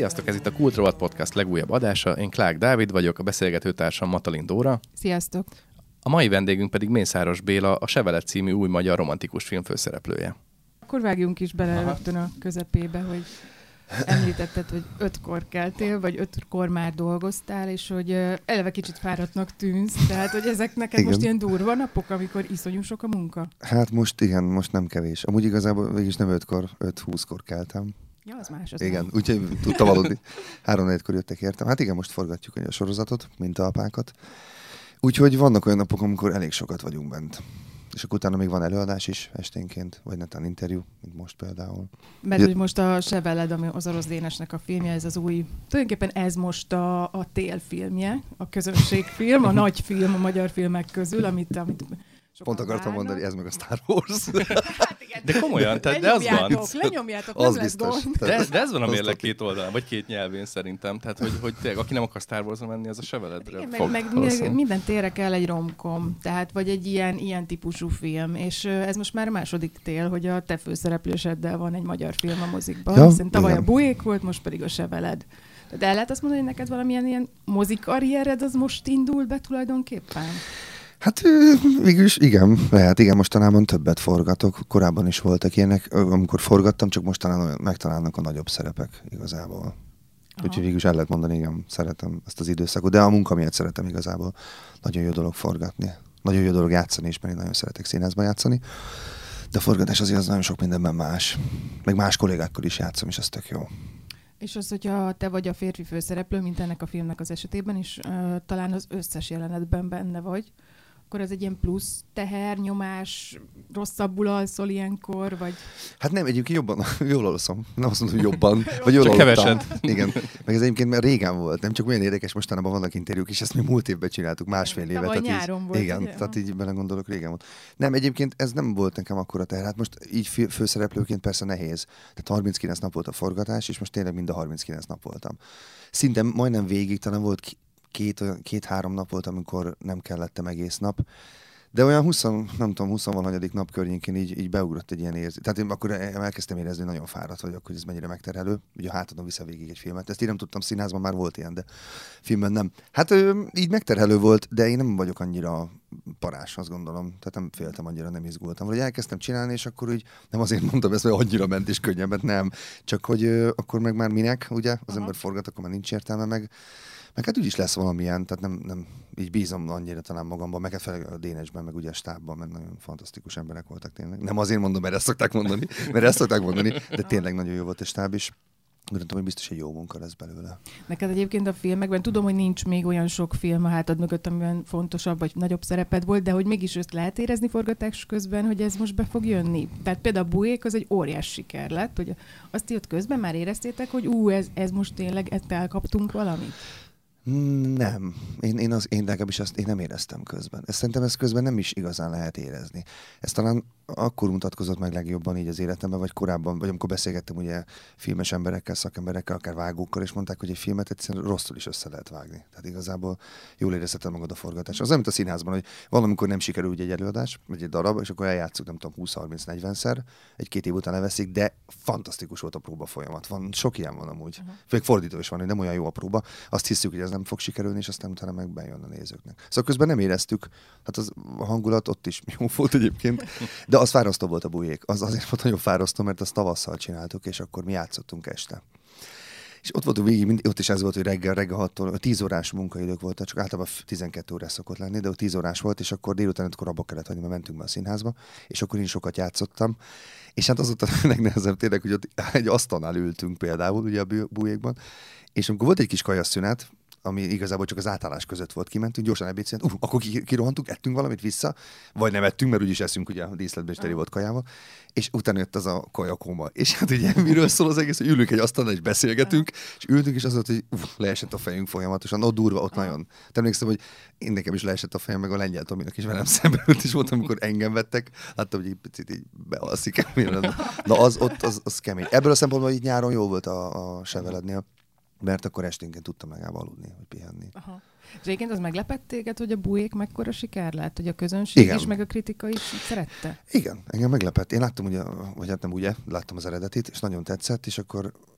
Sziasztok, ez itt a Kult Rovat Podcast legújabb adása. Én Klák Dávid vagyok, a beszélgetőtársam Matalin Dóra. Sziasztok! A mai vendégünk pedig Mészáros Béla, a Sevelet című új magyar romantikus film főszereplője. Akkor vágjunk is bele rögtön a közepébe, hogy említetted, hogy 5-kor keltél, vagy 5-kor már dolgoztál, és hogy eleve kicsit fáradtnak tűnsz, tehát hogy ezek neked most ilyen durva napok, amikor iszonyú sok a munka? Hát most igen, most nem kevés. Amúgy igazából végig nem 5-kor, 5-20-kor keltem. Ja, az más. Az igen, úgyhogy tudtam aludni. 3-4-kor jöttek értem. Hát igen, most forgatjuk a sorozatot, mint apákat. Úgyhogy vannak olyan napok, amikor elég sokat vagyunk bent. És akkor utána még van előadás is esténként, vagy netán interjú, mint most például. Mert hogy most a Seveled, ami az Orosz Dénesnek a filmje, ez az új, tulajdonképpen ez most a télfilmje, a közönségfilm, a nagy film a magyar filmek közül, amit pont akartam mondani, ez meg a Star Wars. Hát igen, de komolyan, de az van. Lenyomjátok, az nem biztos. lesz gond. De ez van a mérleg két oldalán, vagy két nyelvén szerintem. Tehát, hogy tényleg, aki nem akar Star Wars-ra menni, az a Seveledre fog. Meg minden térre kell egy romkom, tehát vagy egy ilyen típusú film. És ez most már a második tél, hogy a te főszereplőseddel van egy magyar film a mozikban. Ja, hiszen tavaly igen. a Buék volt, most pedig a Seveled. De el lehet azt mondani, hogy neked valamilyen ilyen mozikarriered az most indul be tulajdonképpen? Hát végülis igen, lehet, igen, mostanában többet forgatok. Korábban is voltak ilyenek, amikor forgattam, csak mostanában megtalálnak a nagyobb szerepek igazából. Úgyhogy végülis el lehet mondani, igen, szeretem ezt az időszakot, de a munka miatt szeretem igazából. Nagyon jó dolog forgatni. Nagyon jó dolog játszani is, mert én nagyon szeretek színházban játszani. De a forgatás azért az nagyon sok mindenben más. Meg más kollégákkal is játszom, és ez tök jó. És az, hogyha te vagy a férfi főszereplő, mint ennek a filmnek az esetében is, talán az összes jelenetben benne vagy, akkor ez egy ilyen plusz teher, nyomás, rosszabbul alszol ilyenkor, vagy... Hát nem, egyébként jól alszom. Nem azt mondom, hogy jobban, vagy jól csak aludtam. keveset. Igen, meg ez egyébként már régen volt, nem csak olyan érdekes, mostanában vannak interjúk, és ezt mi múlt évben csináltuk, másfél évet. Tavaly nyáron volt. Igen, ugye? tehát így belegondolok, régen volt. Nem, egyébként ez nem volt nekem akkora teher. Hát most így főszereplőként persze nehéz. Tehát 39 nap volt a forgatás, és most tényleg mind a 39 nap voltam. Szinte majdnem végig, talán volt két-három nap volt, amikor nem kellettem egész nap. De olyan 20-valahanyadik nap környékén így beugrott egy ilyen érzés. Tehát én akkor elkezdtem érezni, hogy nagyon fáradt vagyok, hogy ez mennyire megterhelő. Ugye a hátadon vissza végig egy filmet. Ezt én nem tudtam, színházban már volt ilyen, de filmben nem. Hát így megterhelő volt, de én nem vagyok annyira parás, azt gondolom. Tehát nem féltem annyira, nem izgultam. Vagy elkezdtem csinálni, és akkor úgy nem azért mondtam ezt, hogy annyira ment és könnyebbet, nem. Csak hogy akkor meg már minek, ugye? Az ember forgat, akkor már nincs értelme, meg hát úgyis lesz valamilyen, tehát nem így bízom annyira talán magamban, meg fel a Dénesben, meg ugye a stábban, mert nagyon fantasztikus emberek voltak tényleg. Nem azért mondom, mert ezt szokták mondani, de tényleg nagyon jó volt a stáb is. Gondoltam, hogy biztos egy jó munka lesz belőle. Neked egyébként a filmekben, tudom, hogy nincs még olyan sok film a hátad mögött, amiben fontosabb vagy nagyobb szereped volt, de hogy mégis ezt lehet érezni forgatás közben, hogy ez most be fog jönni. Tehát például a Buék az egy óriás siker lett, hogy azt így ott közben már éreztétek, hogy ez most tényleg, ezt elkaptunk valamit? Nem. Én legalábbis én nem éreztem közben. Szerintem ezt közben nem is igazán lehet érezni. Ez talán akkor mutatkozott meg legjobban így az életemben, vagy korábban, vagy amikor beszélgettem ugye filmes emberekkel, szakemberekkel, akár vágókkal, és mondták, hogy egy filmet egyszerűen rosszul is össze lehet vágni. Tehát igazából jól érezheted magad a forgatás. Az olyan, mint a színházban, hogy valamikor nem sikerül ugye egy előadás, vagy egy darab, és akkor eljátszuk, nem tudom, 20-30-40-szer, egy-két év után leveszik, de fantasztikus volt a próba folyamat. Sok ilyen van amúgy. Főleg fordító is van, hogy nem olyan jó a próba. Azt hiszük, hogy ez nem fog sikerülni, és aztán utána meg bejön a nézőknek. Szóval közben nem éreztük, hát a hangulat ott is jó volt egyébként, de az fárasztó volt a Buék. Az azért volt nagyon fárasztó, mert azt tavasszal csináltuk, és akkor mi játszottunk este. És ott voltunk végig, ott is ez volt, hogy reggel 6-tól, 10 órás munkaidők voltak, csak általában 12 órás szokott lenni, de ott 10 órás volt, és akkor délután 5-kor abba kellett hagyni, mert mentünk be a színházba, és akkor én sokat játszottam. És hát az ott a legnehezebb tényleg, hogy ott egy asztalnál ültünk például, ugye a Buékban, és amikor volt egy kis kajaszünet, ami igazából csak az átállás között volt, kimentünk, gyorsan ebédszünet, akkor kirohantunk, ettünk valamit vissza, vagy nem ettünk, mert úgyis eszünk, ugye a díszletben is teli volt kajával, és utána jött az a kajakóma. És hát ugye miről szól az egész, hogy ülünk egy asztalnál, és beszélgetünk, és ültünk, és az volt, hogy leesett a fejünk folyamatosan, ott durva, ott nagyon. Te emlékszem, hogy én nekem is leesett a fejem, meg a lengyel Tominak is velem szemben ült, és volt, amikor engem vettek, láttam, hogy egy picit így bealszik. Na az kemény. Ebből a szempontból így nyáron jó volt a Sevelednél. Mert akkor esténként tudtam legalább aludni, vagy pihenni. Aha. És egyébként az meglepett téged, hogy a Buék mekkora siker lett, hogy a közönség Igen. is, meg a kritika is szerette? Igen, engem meglepett. Én láttam ugye, vagy hát nem ugye, láttam az eredetit, és nagyon tetszett, és akkor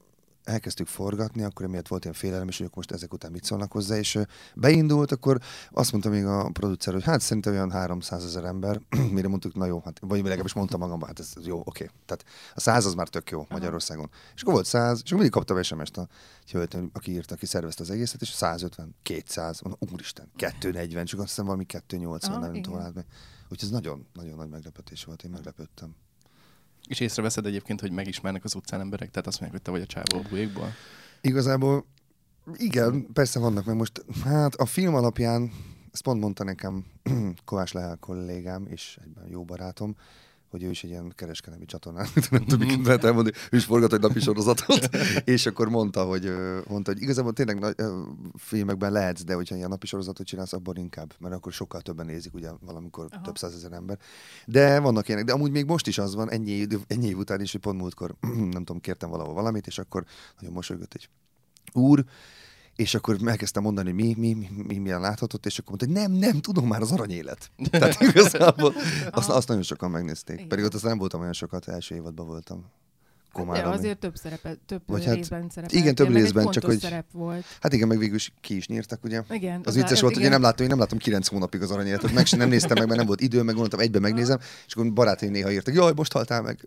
elkezdtük forgatni, akkor emiatt volt ilyen félelem, és hogy most ezek után mit szólnak hozzá, és beindult, akkor azt mondta még a producer, hogy hát szerintem olyan 300 000 ember, mire mondtuk, na jó, hát, vagy legalábbis mondtam magamban, hát ez jó, oké. Tehát a 100 az már tök jó Magyarországon. És akkor volt 100, és akkor mindig kaptam SMS-t a hölgytől, aki írta, aki szervezte az egészet, és 150, 200, mondom, úristen, 240, csak azt hiszem valami 280, nem tovább. Úgyhogy ez nagyon nagy meglepetés volt, én meglepődtem. És észreveszed egyébként, hogy megismernek az utcán emberek? Tehát azt mondják, hogy te vagy a csávó a Buékból? Igazából igen, persze vannak meg most. Hát a film alapján, ezt pont mondta nekem Kovács Lehel kollégám, és egyben jó barátom, hogy ő is egy ilyen kereskedelmi csatornán, nem tudom, miket lehet elmondani, ő is forgat egy napi sorozatot, és akkor mondta, hogy igazából tényleg nagy filmekben lehetsz, de hogyha ilyen napi sorozatot csinálsz, abban inkább, mert akkor sokkal többen nézik, ugye valamikor több 100 000 ember. De vannak ilyenek, de amúgy még most is az van, ennyi év után is, hogy pont múltkor, nem tudom, kértem valahol valamit, és akkor nagyon mosolygott egy úr, és akkor elkezdtem mondani, hogy mi milyen láthatott, és akkor mondta, hogy nem, tudom már az aranyélet. Tehát igazából azt nagyon sokan megnézték. Igen. Pedig ott aztán nem voltam olyan sokat, első évadban voltam. De azért több részben szerepelt. Igen, több részben, csak hogy... szerep volt. Hát igen, meg végül is ki is nyírtak, ugye? Igen. Az vicces volt, hogy én nem láttam 9 hónapig az aranyéletet, meg nem néztem meg, mert nem volt idő, meg gondoltam, egyben megnézem, és akkor barátaim néha írtak, jaj, most haltál meg.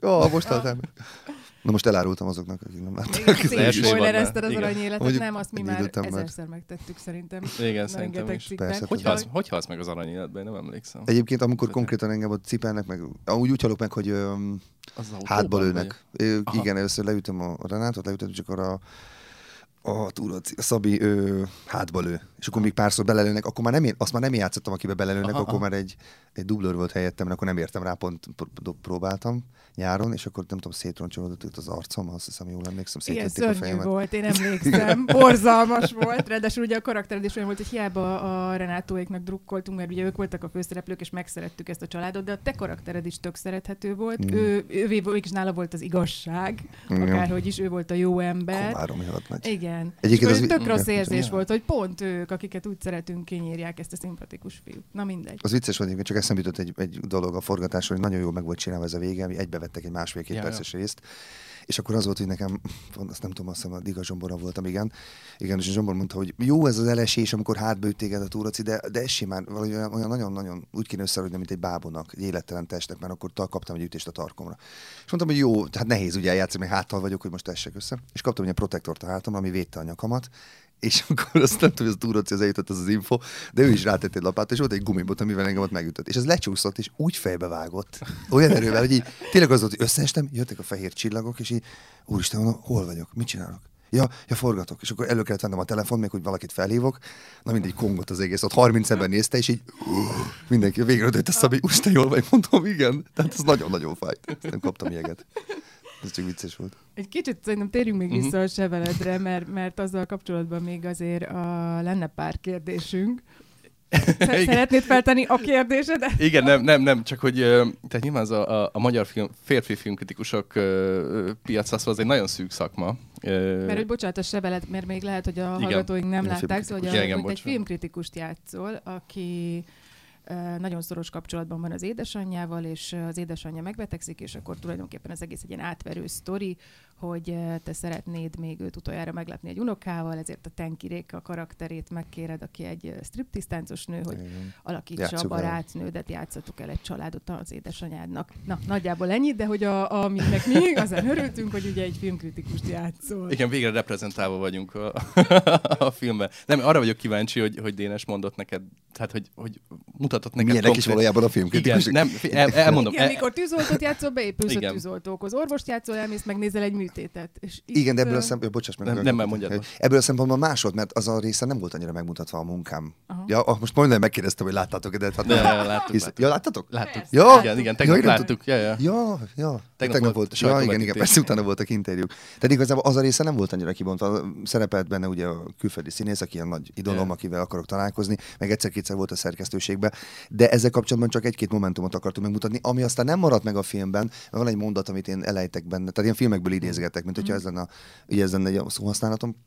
Na most elárultam azoknak, akik nem látták. Igen, spoilerezted az aranyéletet, nem, azt mi már ezerszer megtettük szerintem. Igen, szerintem is. Persze, hogy halsz meg az aranyéletben? Nem emlékszem. Egyébként, amikor konkrétan engem ott cipelnek, meg úgy halok meg, hogy hátba lőnek. Igen, először leütöm a Renátot, csak arra a Szabi hátba lő. És akkor még párszor belelőnek, akkor már azt már nem játszottam, akibe belelőnek, akkor már egy dublőr volt helyettem, mert akkor nem értem rá, pont próbáltam nyáron, és akkor nem tudom, szétroncsolódott az arcom, azt hiszem, jól emlékszem, szétvették a fejemet. Igen, volt, én emlékszem, borzalmas volt, ráadásul ugye a karaktered is olyan volt, hogy hiába a Renátóéknak drukkoltunk, mert ugye ők voltak a főszereplők, és megszerettük ezt a családot, de a te karaktered is tök szerethető volt, ő is nála volt az igazság, akárhogy is, ő volt a jó ember. Komárom miatt nagy. Igen. Egyébként tök rossz érzés volt, hogy pont ők, akiket úgy szeretünk, kinyírják ezt a szimpatikus fiút. Na mindegy. Az vicces volt, csak eszembe jutott egy dolog a forgatásról, hogy nagyon jól meg volt csinálva ez a vége, ami egybevettek egy másfél-két perces részt. És akkor az volt, hogy nekem, azt nem tudom, azt hiszem, a Diga Zsomborra voltam, igen, és a Zsombor mondta, hogy jó ez az elesés, amikor hátba üt téged a túraci, de ez simán olyan nagyon-nagyon úgy kéne összerakni, mint egy bábonak, egy élettelen testnek, mert akkor kaptam egy ütést a tarkomra. És mondtam, hogy jó, tehát nehéz ugye eljátszani, mert háttal vagyok, hogy most essek össze. És kaptam egy protektort a hátamra, ami védte a nyakamat, és akkor azt nem tudom, hogy az túroci az eljutott az info, de ő is rátett egy lapát, és volt egy gumibot, amivel engem ott megütött. És ez lecsúszott, és úgy fejbe vágott. Olyan erővel, hogy így tényleg az volt, hogy összeestem, jöttek a fehér csillagok, és így, úristen, mondom, hol vagyok, mit csinálok? Ja, forgatok. És akkor elő kellett vennem a telefon, még hogy valakit felhívok. Na mindegy, kongott az egész. Ott 30 ember nézte, és így mindenki végre dőtt a Szabi, úristen, jól vagy, mondom, igen. Tehát ez nagyon-nagyon fájt. Ezt nem kaptam jeget. Ez csak vicces volt. Egy kicsit szerintem térjünk még vissza a Seveledre, mert azzal kapcsolatban még azért lenne pár kérdésünk. Szeretnéd feltenni a kérdésedet? Igen, nem, csak hogy tehát nyilván az a magyar férfi filmkritikusok piac az egy nagyon szűk szakma. Mert hogy bocsánat, a Sevelet, mert még lehet, hogy a hallgatóink nem látták, szóval hogy egy filmkritikust játszol, aki nagyon szoros kapcsolatban van az édesanyjával, és az édesanyja megbetegszik, és akkor tulajdonképpen ez egész egy ilyen átverő sztori, hogy te szeretnéd még őt utoljára meglepni egy unokával, ezért a Tenki Réka karakterét megkéred, aki egy striptisztáncos nő, hogy alakítsa a barátnődet, játszatok el egy családot az édesanyádnak. Na, nagyjából ennyi, de hogy aminek mi igazán örültünk, hogy ugye egy filmkritikust játszol. Igen, végre reprezentálva vagyunk a filmben. Nem, arra vagyok kíváncsi, hogy Dénes mondott neked, tehát hogy mutatott neked. Milyenek is valójában a filmkritikusok. Igen, elmondom. Igen, mikor tűzoltót játszol, beépülsz a tűzoltókhoz. Orvost játszol, elmész, megnézel egy műtétet. És igen, de ebből a szempontból, bocsáss meg. Nem mondjad. Ebből a szempontból másod, mert az a része nem volt annyira megmutatva a munkám. Ja, most majdnem megkérdeztem, hogy láttátok-e, de hát láttuk. Ja, láttatok? Láttuk. Ja, igen, tegnap láttuk. Ja. Tegnap volt. Ja, igen, persze utána voltak interjúk. Tehát igazából az a része nem volt annyira kibontva. Szerepelt benne ugye a külföldi színész, aki ilyen nagy idolom, akivel akarok találkozni, meg egyszer-kétszer volt a szerkesztőségben, de ezzel kapcsolatban csak egy-két momentumot akartunk megmutatni, ami aztán nem maradt meg a filmben, mert van egy mondat, amit én elejtek benne, tehát ilyen filmekből idézgetek, mint hogyha ez lenne egy szóhasználatom.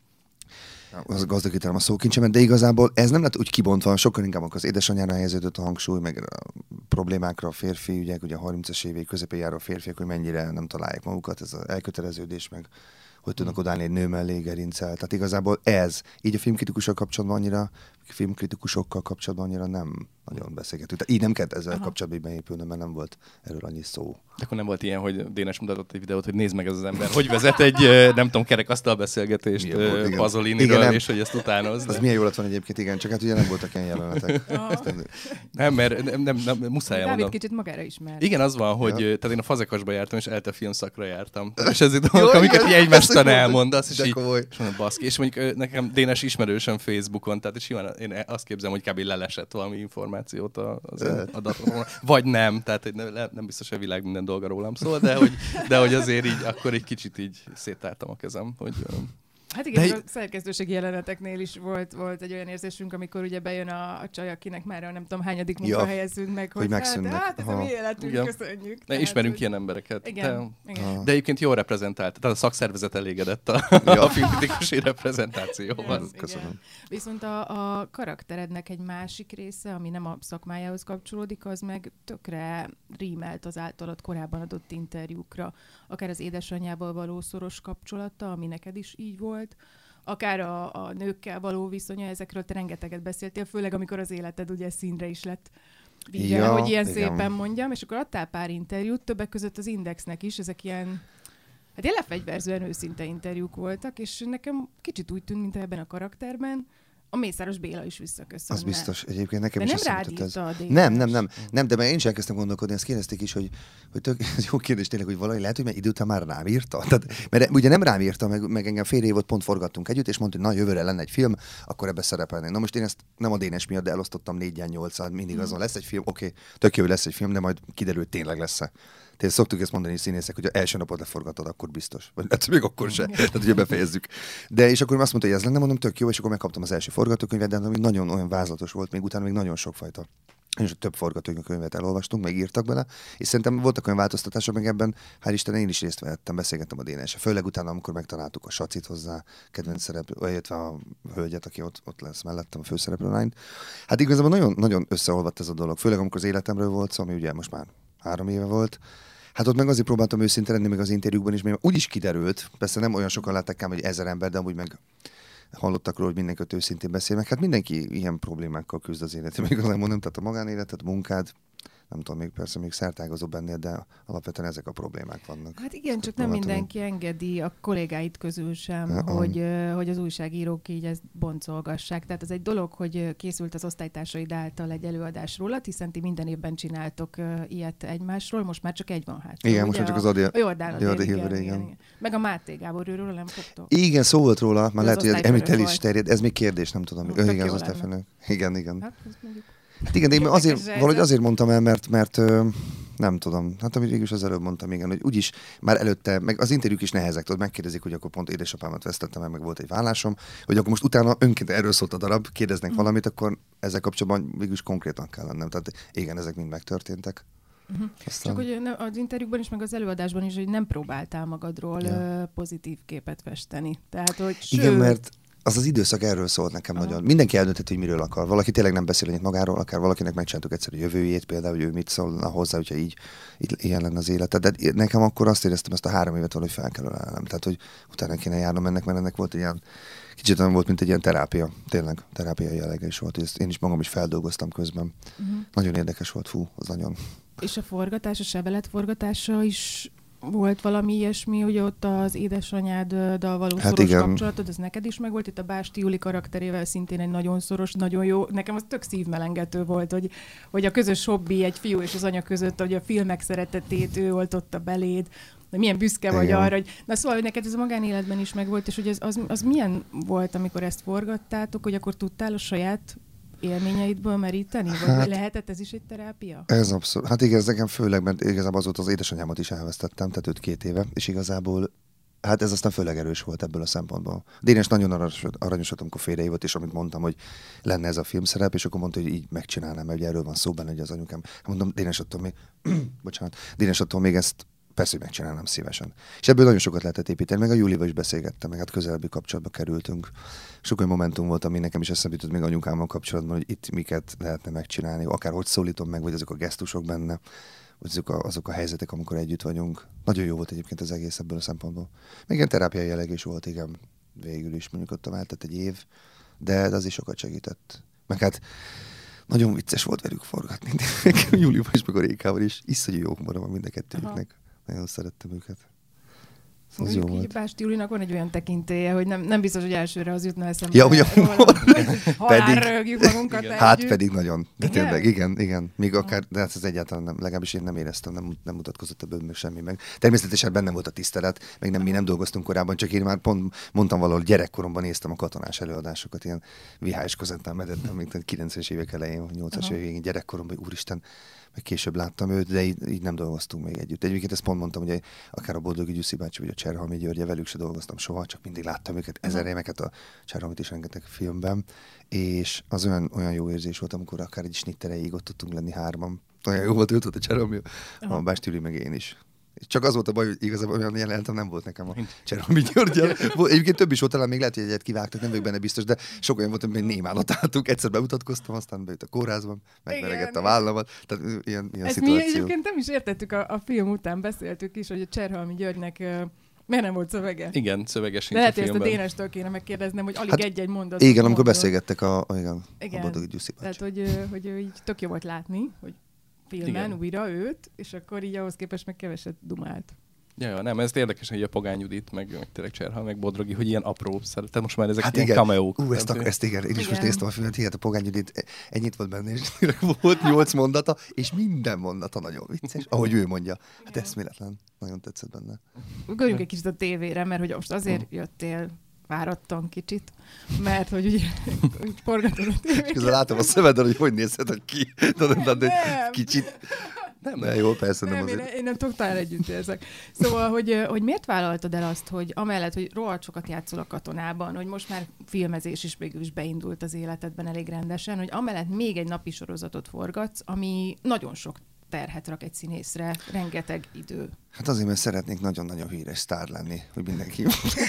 Az gazdagítanám a szókincsemet, de igazából ez nem lett úgy kibontva, sokkal inkább az édesanyjára helyeződött a hangsúly, meg a problémákra a férfi ügyek, ugye a 30-as évek közepén járó férfiak, hogy mennyire nem találják magukat, ez az elköteleződés, meg hogy tudnak odállni egy nő mellé gerincel. Tehát igazából ez, így a filmkritikusokkal kapcsolatban annyira nem nagyon beszélgetünk. Tehát így nem kellett ezzel kapcsolatban beépülni, mert nem volt erről annyi szó. De akkor nem volt ilyen, hogy Dénes mutatott egy videót, hogy nézd meg ez az ember, hogy vezet egy, nem tudom, kerekasztal beszélgetést Pasoliniről, és hogy ezt utánozd. Az milyen jól lett van egyébként, igen, csak hát ugye nem voltak ilyen jelenetek. Nem, mert nem muszáj elmondom. Dávid kicsit magára ismer. Igen, az van, hogy tehát én a Fazekasba jártam, és ELTE filmszakra jártam. És ez dolgok, amiket így egymástán elmondasz, és így mondom, baszki. És mondjuk nekem Dénes ismerősöm Facebookon, tehát és én azt képzelem, hogy kb. Lelesett valami információt az adatokról. Vagy nem, tehát nem biztos, hogy a világ minden dolga rólam szól, de hogy azért így, akkor egy kicsit így széttártam a kezem, hogy... Hát igen, a szerkesztőségi jeleneteknél is volt egy olyan érzésünk, amikor ugye bejön a csaj, akinek már nem tudom hányadik munka helyezünk meg, hogy hát ez a mi életünk, köszönjük. Ismerünk ilyen embereket. Igen. De egyébként jól reprezentált, tehát a szakszervezet elégedett a filmkritikusi reprezentációval. Köszönöm. Viszont a karakterednek egy másik része, ami nem a szakmájához kapcsolódik, az meg tökre rímelt az általad korábban adott interjúkra. Akár az édesanyjával való szoros kapcsolata, ami neked is így volt, akár a nőkkel való viszonya, ezekről te rengeteget beszéltél, főleg amikor az életed ugye színre is lett vígel, hogy ilyen szépen mondjam, és akkor adtál pár interjút, többek között az Indexnek is, ezek ilyen, hát ilyen lefegyverzően őszinte interjúk voltak, és nekem kicsit úgy tűnt, mint ebben a karakterben a Mészáros Béla is visszaköszönne. Az biztos. Egyébként nekem de is nem rád írta a Nem, de mert én is elkezdtem gondolkodni, ezt kérdezték is, hogy ez jó kérdés tényleg, hogy valami lehet, hogy már idő után már rám írta. Tehát, mert ugye nem rám írta, meg engem fél évot pont forgattunk együtt, és mondta, hogy na, jövőre lenne egy film, akkor ebbe szerepelnék. Na most én ezt nem a Dénes miatt, de elosztottam 4-8-al, mindig azon lesz egy film, oké, tök jó, lesz egy film, de majd kiderül, tényleg lesz-e. Tehát szoktuk ezt mondani színészek, hogy az első napot leforgatod, akkor biztos. Vagy hát még akkor se. Tehát ugye befejezzük. De és akkor azt mondta, hogy ez lenne, mondom, tök jó, és akkor megkaptam az első forgatókönyvet, de ami nagyon olyan vázlatos volt, még utána még nagyon sokfajta. És több forgatókönyvet elolvastunk, meg írtak bele, és szerintem voltak olyan változtatások, meg ebben, hál' Isten, én is részt vettem, beszélgettem a Dénessel. Főleg utána, amikor megtaláltuk a Sacit hozzá, kedvenc szereplő, illetve a hölgyet, aki ott lesz mellettem, a főszereplőlányt. Hát igazából nagyon, nagyon összeolvadt ez a dolog, főleg amikor az életemről volt szó, ami ugye most már 3 éve volt. Hát ott meg azért próbáltam őszinte lenni, meg az interjúkban is, mert úgy is kiderült, persze nem olyan sokan látták ám, hogy 1000 ember, de amúgy meg hallottak róla, hogy mindenki őszintén beszél, meg hát mindenki ilyen problémákkal küzd az életében, igazán mondom, tehát a magánéletet, a munkád, nem tudom, még persze még szertágazóbb ennél, de alapvetően ezek a problémák vannak. Hát igen, csak nem mindenki engedi a kollégáid közül sem, hogy az újságírók így ezt boncolgassák. Tehát az egy dolog, hogy készült az osztálytársaid által egy előadás róla, hiszen ti minden évben csináltok ilyet egymásról, most már csak egy van hát. Igen, most már csak az Adi. A Jordán igen. Meg a Máté Gábor, őről nem fogtok. Igen, szó volt róla, már lehet, hogy említel is terjed. Ez még kérdés, nem tudom. Igen, az osztályfőnök. Igen. Hát igen, de én azért mondtam el, mert nem tudom. Hát amit végül is az előbb mondtam, igen, hogy úgyis már előtte, meg az interjúk is nehezek, tudod, megkérdezik, hogy akkor pont édesapámat vesztettem el, meg volt egy vállásom, hogy akkor most utána önként erről szólt a darab, kérdeznek valamit, akkor ezzel kapcsolatban végül is konkrétan kell lennem. Tehát igen, ezek mind megtörténtek. Csak hogy az interjúkban is, meg az előadásban is, hogy nem próbáltál magadról pozitív képet festeni. Tehát, hogy igen, mert az időszak erről szólt nekem nagyon. Mindenki eldöntött, hogy miről akar. Valaki tényleg nem beszél annyit magáról, akár valakinek megcsináltuk egyszer a jövőjét, például, hogy ő mit szólna hozzá, hogyha így ilyen lenne az élete. De nekem akkor azt éreztem, ezt a 3 évet valahogy fel kell ölelnem. Tehát, hogy utána kéne járnom ennek, mert ennek volt egy ilyen, kicsit olyan volt, mint egy ilyen terápia. Tényleg terápia jellege is volt. Ezt én is magam is feldolgoztam közben. Nagyon érdekes volt, az nagyon. És a forgatás, a sebelet forgatása is volt valami ilyesmi, hogy ott az édesanyáddal való szoros kapcsolatod, ez neked is megvolt, itt a Básti Juli karakterével szintén egy nagyon szoros, nagyon jó, nekem az tök szívmelengető volt, hogy a közös hobbi egy fiú és az anya között, hogy a filmek szeretetét ő oltotta beléd, hogy milyen büszke vagy arra, hogy na szóval, hogy neked ez a magánéletben is megvolt, és hogy az milyen volt, amikor ezt forgattátok, hogy akkor tudtál a saját élményeidből meríteni? Vagy lehetett ez is egy terápia? Ez abszolút. Hát igen, ez nekem főleg, mert igazából azóta az édesanyámat is elvesztettem, tehát őt 2 éve, és igazából hát ez aztán főleg erős volt ebből a szempontból. Dénes nagyon aranyos volt, amikor félrehívott, és amit mondtam, hogy lenne ez a filmszerep, és akkor mondta, hogy így megcsinálnám, mert ugye erről van szó benne, hogy az anyukám. Mondom, Dénes attól még ezt persze, hogy megcsinálnám szívesen. És ebből nagyon sokat lehetett építeni, meg a Júlival is beszélgettem, meg hát közelebbi kapcsolatba kerültünk. Sok olyan momentum volt, ami nekem is eszembe jutott még anyukámmal kapcsolatban, hogy itt miket lehetne megcsinálni, akár hogy szólítom meg, vagy azok a gesztusok benne. azok a helyzetek, amikor együtt vagyunk. Nagyon jó volt egyébként az egész ebből a szempontból. Még ilyen terápiai jelleg is volt, igen, végül is mondjuk ott eltelt egy év, de az is sokat segített. Meg hát nagyon vicces volt velük forgatni. Júliában is, meg a Rékával is. Iszonyú jó humorom van mind a kettőjüknek. Nagyon szerettem őket. Az jó volt. Básti Julinak van egy olyan tekintélye, hogy nem biztos, hogy elsőre az jutna eszembe. Ja, ugye, halálra rögjük magunkat együtt. Hát pedig nagyon. De igen? Tényleg, igen. Még akár, de hát ez egyáltalán nem, legalábbis én nem éreztem, nem mutatkozott ebből meg semmi meg. Természetesen bennem volt a tisztelet, meg mi nem dolgoztunk korábban, csak én már pont mondtam valahol, gyerekkoromban néztem a katonás előadásokat, ilyen VHS kazettán medettem, még 90-es évek elején, 80-as évek végén gyerekkoromban, hogy úristen, meg később láttam őt, de így nem dolgoztunk még együtt. Egyébként ezt pont mondtam, hogy akár a Boldogi Gyuszi bácsi, vagy a Cserhalmi György, velük se dolgoztam soha, csak mindig láttam őket, ezer éveket a Cserhalmit is rengeteg filmben, és az olyan jó érzés volt, amikor akár egy snittereig ott tudtunk lenni hárman. Olyan jó volt, őt volt a Cserhalmi, a Básti Gyuri meg én is. Csak az volt a baj, hogy igazából olyan jelentem nem volt nekem a Cserhalmi Györgyel. Egyébként több is volt, talán még lehet, hogy egyet kivágtak, nem vagyok benne biztos, de sok olyan volt, hogy némánat álltunk. Egyszer bemutatkoztam, aztán bejött a kórházban, megveregett a vállamat. Tehát ilyen szituáció. Mi egyébként nem is értettük a film után, beszéltük is, hogy a Cserhalmi Györgynek miért nem volt szövege? Igen, szöveges sincs a filmben. Lehet, hogy ezt a Dénestől kéne megkérdeznem, hogy alig egy mondat. Igen, amikor beszélgettek a Boldogi Gyuszi bácsi. Tehát, hogy így tök jó volt látni, hogy filmen újra őt, és akkor így ahhoz képest meg keveset dumált. Ja, nem, ez érdekes, hogy a Pogány Judit, meg tényleg Cserhal, meg Bodrogi, hogy ilyen apró szeretet. Most már ezek ilyen cameók. Ezt igen. Én is most néztem a filmet, hihet a Pogány Judit, ennyit volt benne, és volt 8 mondata, és minden mondata nagyon vicces, ahogy ő mondja. Hát eszméletlen. Nagyon tetszett benne. Ugorjunk egy kicsit a tévére, mert hogy most azért jöttél várattan kicsit, mert hogy ugye forgatod a tévét. És közben látom a szemeden, hogy nézheted ki. De kicsit. Nem, jó, persze nem azért. Én nem totál együtt érzek. Szóval, hogy miért vállaltad el azt, hogy amellett, hogy rohadt sokat játszol a katonában, hogy most már filmezés is végül is beindult az életedben elég rendesen, hogy amellett még egy napi sorozatot forgatsz, ami nagyon sok terhet rak egy színészre, rengeteg idő. Hát azért, mert szeretnék nagyon-nagyon híres sztár lenni, hogy mindenki...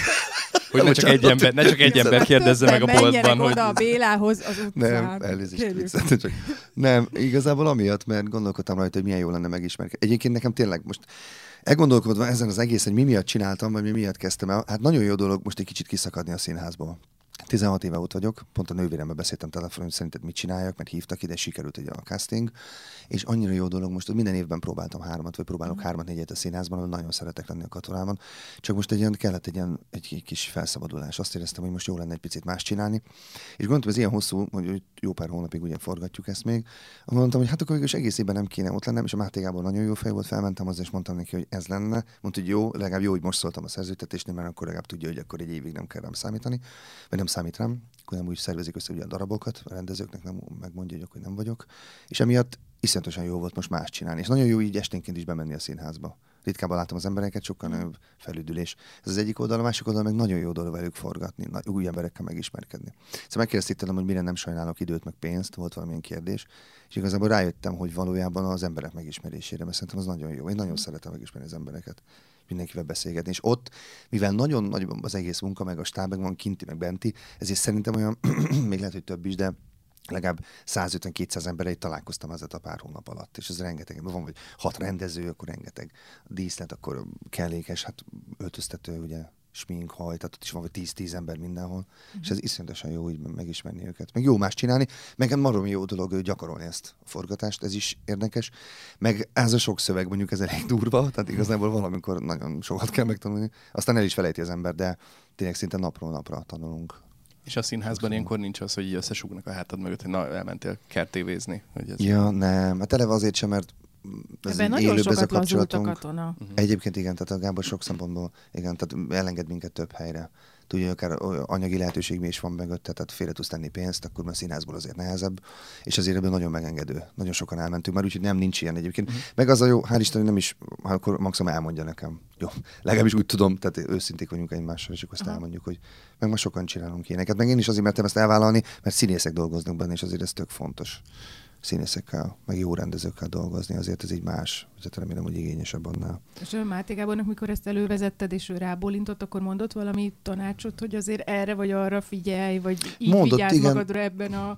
Hogy ne csak egy ember kérdezze meg a boltban, hogy... oda a Bélához az utcán. Nem, elnézést. Nem, igazából amiatt, mert gondolkodtam rajta, hogy milyen jó lenne megismerkedni. Egyébként nekem tényleg most elgondolkodva ezen az egész, hogy mi miatt csináltam, vagy mi miatt kezdtem el, hát nagyon jó dolog most egy kicsit kiszakadni a színházból. 16 éve ott vagyok, pont a nővéremmel beszéltem telefonon, hogy szerinted mit csináljak, mert hívtak ide, sikerült ugye a casting, és annyira jó dolog most, hogy minden évben próbáltam 3-at, vagy próbálok 3-4-et a színházban, ahol nagyon szeretek lenni a katonában, csak most kellett egy kis felszabadulás. Azt éreztem, hogy most jó lenne egy picit más csinálni, és gondoltam, ez ilyen hosszú, hogy jó pár hónapig ugye forgatjuk ezt még, mondtam, hogy hát akkor végül egész évben nem kéne ott lennem, és a Máté Gábor nagyon jó fej volt, felmentem hozzá, és mondtam neki, hogy ez lenne, mondta, hogy jó, legalább jó, hogy most szóltam a szerződtetésnél, mert akkor legalább tudja, hogy akkor egy évig nem kell rám számítani, vagy nem számít rám, akkor nem úgy szervezik össze ugye a darabokat, a rendezőknek nem megmondja, hogy akkor nem vagyok. És emiatt iszonyatosan jó volt most más csinálni. És nagyon jó így esténként is bemenni a színházba. Ritkában láttam az embereket, sokkal nagyobb felüdülés. Ez az egyik oldal, a másik oldal meg nagyon jó dolog velük forgatni, új emberekkel megismerkedni. Szóval megkérdezték tőlem, hogy mire nem sajnálok időt, meg pénzt, volt valamilyen kérdés, és igazából rájöttem, hogy valójában az emberek megismerésére, mert szerintem az nagyon jó. Én nagyon szeretem megismerni az embereket, mindenkivel beszélgetni. És ott, mivel nagyon nagy az egész munka, meg a stáb, meg van kinti, meg benti, ezért szerintem olyan, még lehet, hogy több is, de legalább 150-200 emberrel találkoztam ezzel a pár hónap alatt, és ez rengeteg, van vagy 6 rendező, akkor rengeteg díszlet, akkor kellékes, hát öltöztető, ugye, smink, haj, tehát ott is van vagy 10 ember mindenhol, és ez iszonyatosan jó így megismerni őket. Meg jó más csinálni, meg marrom jó dolog gyakorolni ezt a forgatást, ez is érdekes, meg ez a sok szöveg, mondjuk ez elég durva, tehát igazából valamikor nagyon sokat kell megtanulni, aztán el is felejti az ember, de tényleg szinte napról napra tanulunk. És a színházban ilyenkor nincs az, hogy így összesúgnak a hátad mögött, hogy na, elmentél kertévézni. Ja, nem. Hát eleve azért sem, mert ebben nagyon sokat lazult a katona. Egyébként igen, tehát a Gábor sok szempontból, igen, tehát elenged minket több helyre. Tudja, akár anyagi lehetőség mi is van mögötte, tehát félre tudsz tenni pénzt, akkor már színházból azért nehezebb, és azért ebből nagyon megengedő. Nagyon sokan elmentünk már, úgyhogy nincs ilyen egyébként. Meg az a jó, hál' Isten, nem is, akkor maximum elmondja nekem. Jó, legalábbis úgy tudom, tehát őszinték vagyunk egymással, és akkor azt elmondjuk, hogy meg ma sokan csinálunk ilyeneket. Meg én is azért mertem ezt elvállalni, mert színészek dolgoznak benne, és azért ez tök fontos. Színészekkel, meg jó rendezőkkel dolgozni, azért ez így más, azért remélem, hogy igényesebb annál. És Máté Gábornak, mikor ezt elővezetted, és ő rábólintott, akkor mondott valami tanácsot, hogy azért erre vagy arra figyelj, vagy így mondott, vigyázz magadra ebben a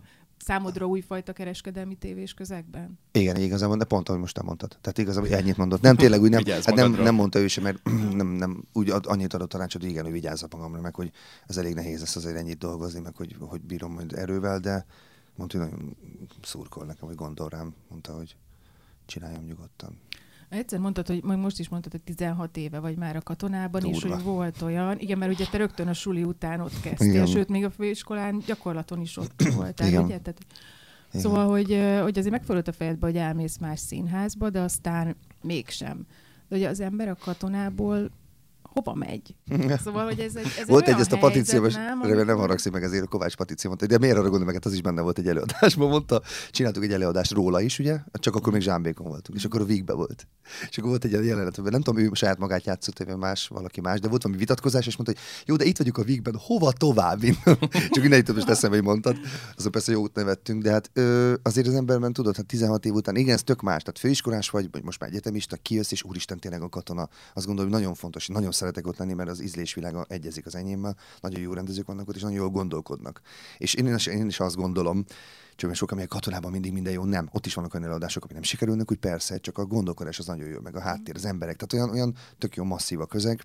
számodra újfajta kereskedelmi tévés közegben? Igen, igazából, de pont ahogy most te mondtad. Tehát igazából ennyit mondott. Nem tényleg úgy, nem mondta ő sem, mert nem úgy annyit adott tanácsot, hogy igen, hogy vigyázzak magamra, meg hogy ez elég nehéz lesz azért ennyit dolgozni, meg hogy bírom majd erővel, de mondta, hogy nagyon szurkol nekem, hogy gondol rám, mondta, hogy csináljam nyugodtan. Egyszer mondtad, hogy most is mondtad, hogy 16 éve vagy már a katonában, durva. És hogy volt olyan, igen, mert ugye te rögtön a suli után ott kezdtél, sőt, még a főiskolán gyakorlaton is ott voltál, ugye? Tehát, szóval, hogy azért megfordult a fejedbe, hogy elmész más színházba, de aztán mégsem. De ugye az ember a katonából hova megy? Szóval, hogy ez volt egy ezt a Patícióban, nem haragszik meg, ezért a Kovács Patíció mondta, de miért arra gondolom meg, az is benne volt egy előadásban, mondta, csináltuk egy előadást róla is, ugye, csak akkor még Zsámbékon voltunk, és akkor a Vígbe volt. És akkor volt egy ilyen jelenet, nem tudom, ő saját magát játszott, vagy valaki más, de volt valami vitatkozás, és mondta, hogy jó, de itt vagyunk a Vígben, hova tovább? Csak innen jutott most eszembe, hogy mondtad, azon persze jót nevettünk, de hát azért az emberben tudod, hát 16 év után, igen, ez tök más, tehát főiskolás vagy most már egyetemista, kijössz, és úristen, tényleg a katona. Azt gondolom, hogy nagyon fontos, nagyon szeretek ott lenni, mert az ízlésvilága egyezik az enyémmel, nagyon jó rendezők vannak ott, és nagyon jól gondolkodnak. És én is azt gondolom, csak sokan még a katonában mindig minden jó, nem. Ott is vannak olyan előadások, ami nem sikerülnek, úgy persze, csak a gondolkodás az nagyon jó, meg a háttér, az emberek, tehát olyan tök jó masszív a közeg.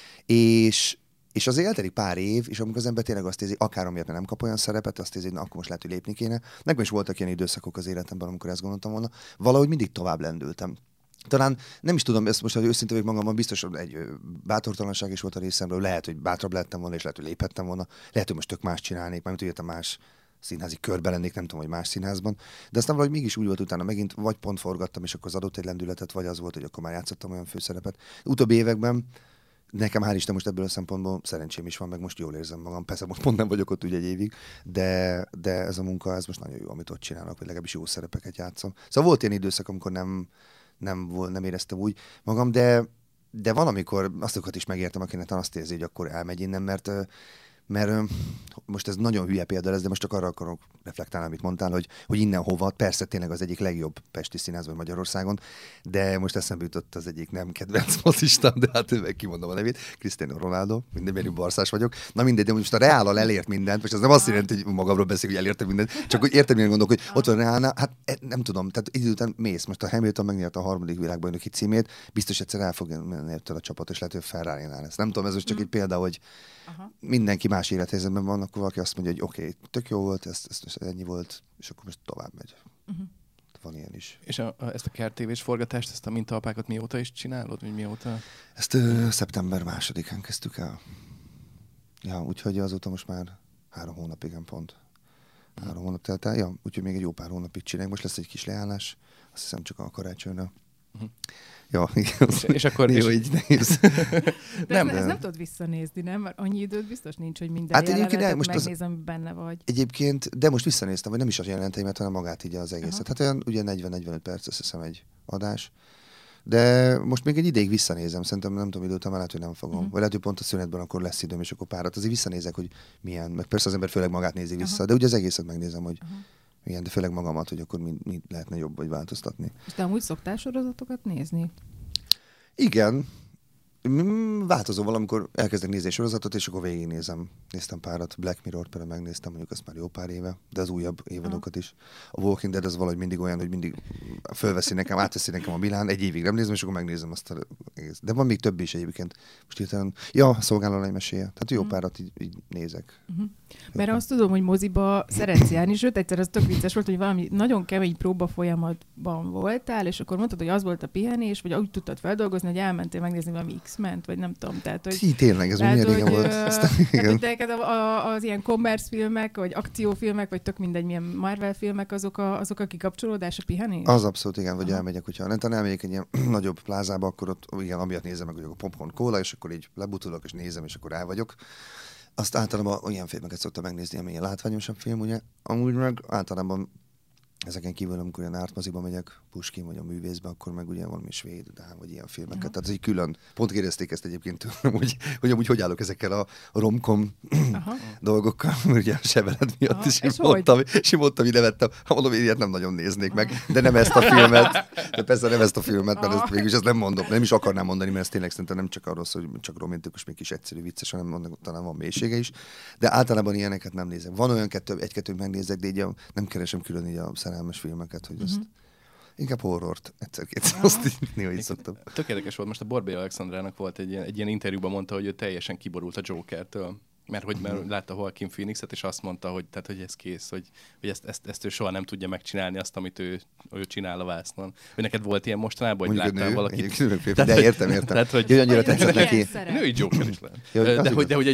És azért eltelik pár év, és amikor az ember tényleg azt érzi, akár amiért nem kap olyan szerepet, azt érzi, hogy akkor most lehet, hogy lépni kéne. Nekem is voltak ilyen időszakok az életemben, amikor ezt gondoltam volna. Valahogy mindig tovább lendültem. Talán nem is tudom, ezt most, hogy őszintén vagyok magamban, biztos, hogy egy bátortalanság is volt a részemről, lehet, hogy bátrabb lettem volna, és lehet, hogy léphettem volna, lehet, hogy most tök más csinálnék, mármint, hogy értem más színházi körben lennék, nem tudom, hogy más színházban. De aztán valahogy mégis úgy volt utána, megint vagy pont forgattam, és akkor az adott egy lendületet, vagy az volt, hogy akkor már játszottam olyan főszerepet. Utóbbi években nekem hál' Isten most ebből a szempontból szerencsém is van, meg most jól érzem magam. Persze most pont nem vagyok ott ugye egy évig, de ez a munka, ez most nagyon jó, amit ott csinálok, vagy legalábbis jó szerepeket játszom. Szóval volt ilyen időszak, amikor nem éreztem úgy magam, de van, amikor azokat is megértem, akinek azt érzi, hogy akkor elmegy innen, mert most ez nagyon hülye példa lesz, de most csak arra akarok reflektálni, amit mondtál, hogy innen hova, persze tényleg az egyik legjobb pesti színház vagy Magyarországon, de most eszembe jutott az egyik nem kedvenc mozistam, de hát meg kimondom a nevét, Cristiano Ronaldo, mindenben barszás vagyok. Na mindegy, de most a Reállal elért mindent, és az nem azt jelenti, hogy magamról beszél, hogy elérte mindent, csak hogy értem, milyen gondolok, hogy ott van Reálnál, hát nem tudom, tehát idő után mész. Most a Hamilton megnyerte a 3. világbajnoki címét, biztos egyszer el fog jönni a csapat, és lehet, hogy Ferrari-nál lesz. Nem tudom, ez most csak egy példa, hogy mindenki más élethelyzetben van, akkor valaki azt mondja, hogy oké, tök jó volt, ez ennyi volt, és akkor most tovább megy. Van ilyen is. És ezt a kertévés forgatást, ezt a mintaapákat mióta is csinálod? Vagy mióta? Ezt szeptember 2-án kezdtük el. Ja, úgyhogy azóta most már 3 hónapig, igen, pont. 3 hónap telt el. Ja, úgyhogy még egy jó pár hónapig csináljuk. Most lesz egy kis leállás, azt hiszem csak a karácsonyra. Ja, igen. És akkor jó, így nehéz. Nem tudod visszanézni, nem? Mert annyi időd biztos nincs, hogy minden jelenetet megnézem, benne vagy. Egyébként, de most visszanéztem, vagy nem is a jelenteimet, hanem magát így az egészet. Hát olyan ugye 40-45 perc, azt hiszem egy adás. De most még egy ideig visszanézem, szerintem nem tudom, idő után lehet, hogy nem fogom. Vagy lehet, hogy pont a szünetben akkor lesz időm, és akkor párat. Azért visszanézek, hogy milyen, meg persze az ember főleg magát nézi vissza, de ugye az egészet megnézem, hogy igen, de főleg magamat, hogy akkor mi lehetne jobb, vagy változtatni. És te amúgy szoktál sorozatokat nézni? Igen. Változó valamikor elkezdek nézni egy sorozatot, és akkor végignézem. Néztem párat, Black Mirror például megnéztem, mondjuk azt már jó pár éve, de az újabb évadokat is. A Walking Dead az valahogy mindig olyan, hogy mindig átveszi nekem a Milán, egy évig nem nézem, és akkor megnézem azt a egész. De van még több is egyébként. Most hirtelen, Szolgálólány meséje. Tehát jó párat így nézek. Mert azt tudom, hogy moziba szeretsz járni, sőt, egyszer az tök vicces volt, hogy valami nagyon kemény próba folyamatban voltál, és akkor mondtad, hogy az volt a pihenés, vagy úgy tudtad feldolgozni, hogy elmentél megnézni valami X-ment, vagy nem tudom. Tehát, hogy, tényleg, ez milyen régen volt. Tehát az ilyen commerce filmek, vagy akciófilmek, vagy tök mindegy, milyen Marvel filmek, azok a kikapcsolódás, a pihenés? Az abszolút, igen, vagy elmegyek, hogyha nem elmegyek egy ilyen nagyobb plázába, akkor ott igen, amiatt nézem meg, hogy a popcorn kóla, és akkor így lebutulok, és nézem, és akkor el vagyok. Azt általában olyan filmeket szoktam megnézni, ami ilyen látványosabb film, ugye. Amúgy meg általában Ezeken kívül, amikor ilyen ártmoziba megyek, Puskin vagy a művészbe, akkor meg ugye valami svéd, dán, vagy ilyen filmeket. Tehát ez egy külön. Pont kérdezték ezt egyébként tőlem, hogy amúgy hogy állok ezekkel a romkom dolgokkal, mert ugye a seveled miatt is mondtam, hogy nevettem. Mondom, én ilyet nem nagyon néznék meg, de nem ezt a filmet. De persze nem ezt a filmet, mert ezt végülis ezt nem mondom. Nem is akarnám mondani, mert ez tényleg szerintem nem csak arról szól, hogy csak romantikus, még kis egyszerű vicces, hanem talán van mélysége is. De általában ilyeneket nem nézek. Van olyan egy-kettő megnézek, de így nem keresem külön így a szerelmes filmeket, hogy ezt inkább horrort egyszer-kétszer azt így néha így szoktam. Tök érdekes volt, most a Borbély Alexandrának volt egy ilyen interjúban mondta, hogy ő teljesen kiborult a Jokertől. Mert látta Joaquin Phoenixet, és azt mondta, hogy ez kész, hogy ezt ő soha nem tudja megcsinálni, azt, amit ő csinál a vásznon. Hogy neked volt ilyen mostanában, hogy láttál valakit? De értem. Tehát, hogy annyira tetszett neki. Női Joker is lehet. De hogy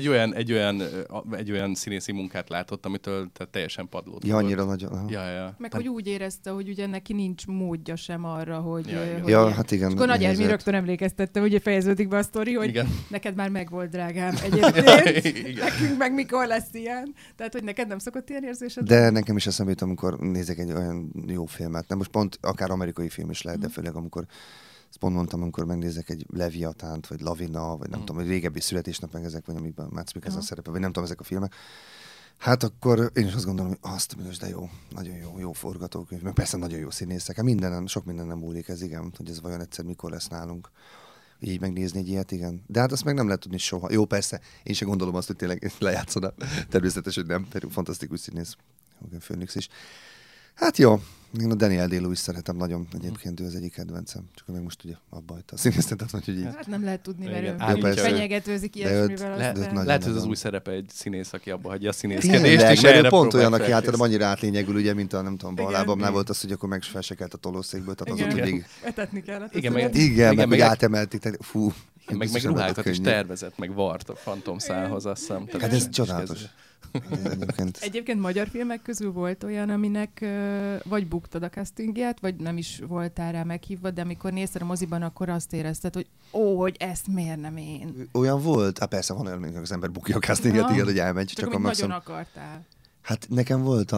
egy olyan színészi munkát látott, amitől teljesen padlót. Ja, annyira nagyon. Ja. Meg hogy úgy érezte, hogy ugye neki nincs módja sem arra, hogy... Hát igen. Akkor Nagy Ervin rögtön emlékeztettem, hogy fejeződik be a sztori, hogy neked már megvolt, drágám, egyébként. Nekünk meg mikor lesz ilyen. Tehát, hogy neked nem szokott ilyen érzésed? De nekem is eszembe jut, amikor nézek egy olyan jó filmet. Nem most pont akár amerikai film is lehet, de főleg amikor pont mondtam, amikor megnézek egy Leviatánt, vagy Lavina, vagy nem tudom, hogy régebbi születésnap meg ezek, vagy amikben Mads Mikkelsen szerepel, vagy nem tudom, ezek a filmek. Hát akkor én is azt gondolom, hogy azt minős, de jó, nagyon jó forgatókönyv, meg persze nagyon jó színészek. Hát sok minden nem múlik ez, igen, hogy ez vajon egyszer mikor lesz nálunk. Így megnézni egy ilyet, igen. De hát azt meg nem lehet tudni soha. Jó, persze, én sem gondolom azt, hogy tényleg lejátszana. Természetes, hogy nem. Fantasztikus színész. Phoenix is. Hát jó. Én a Daniel Day-Lewis szeretem nagyon. Egyébként ő az egyik kedvencem. Csak meg most ugye abba hagyta a színésztet, hogy így... Hát nem lehet tudni, mert ő fenyegetőzik ilyesmivel. Lehet, hogy az új szerepe egy színész, aki abba hagyja a színészkedést, és erre pont olyan, aki általában annyira átlényegül, ugye, mint a nem tudom, Ballábamnál volt az, hogy akkor meg fel se kelt a tolószékből, tehát az ott mindig... Etetni kellett. Igen, meg átemelték. Fú. Meg ruhákat is tervezett, meg vart a fantomszálhoz, azt hiszem. Hát ez csodálatos. Egyébként magyar filmek közül volt olyan, aminek vagy buktad a castingját, vagy nem is voltál rá meghívva, de amikor nézted a moziban, akkor azt érezted, hogy hogy ezt miért nem én? Olyan volt? Hát persze van olyan, amikor az ember bukja a castingját, igen, hogy elmegy. Csak nagyon akartál. Hát nekem volt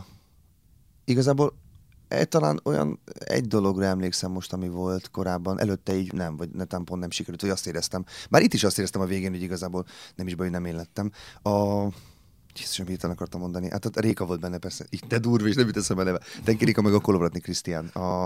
igazából talán olyan egy dologra emlékszem most, ami volt korábban, előtte így nem, vagy netán pont nem sikerült, hogy azt éreztem. Bár itt is azt éreztem a végén, hogy igazából nem is baj, hogy nem én lettem. Jézusom, hirtelen akartam mondani. Hát a Réka volt benne persze. De durva, és nem jut eszembe a neve. Tenki Réka meg a Kolovratni Krisztián.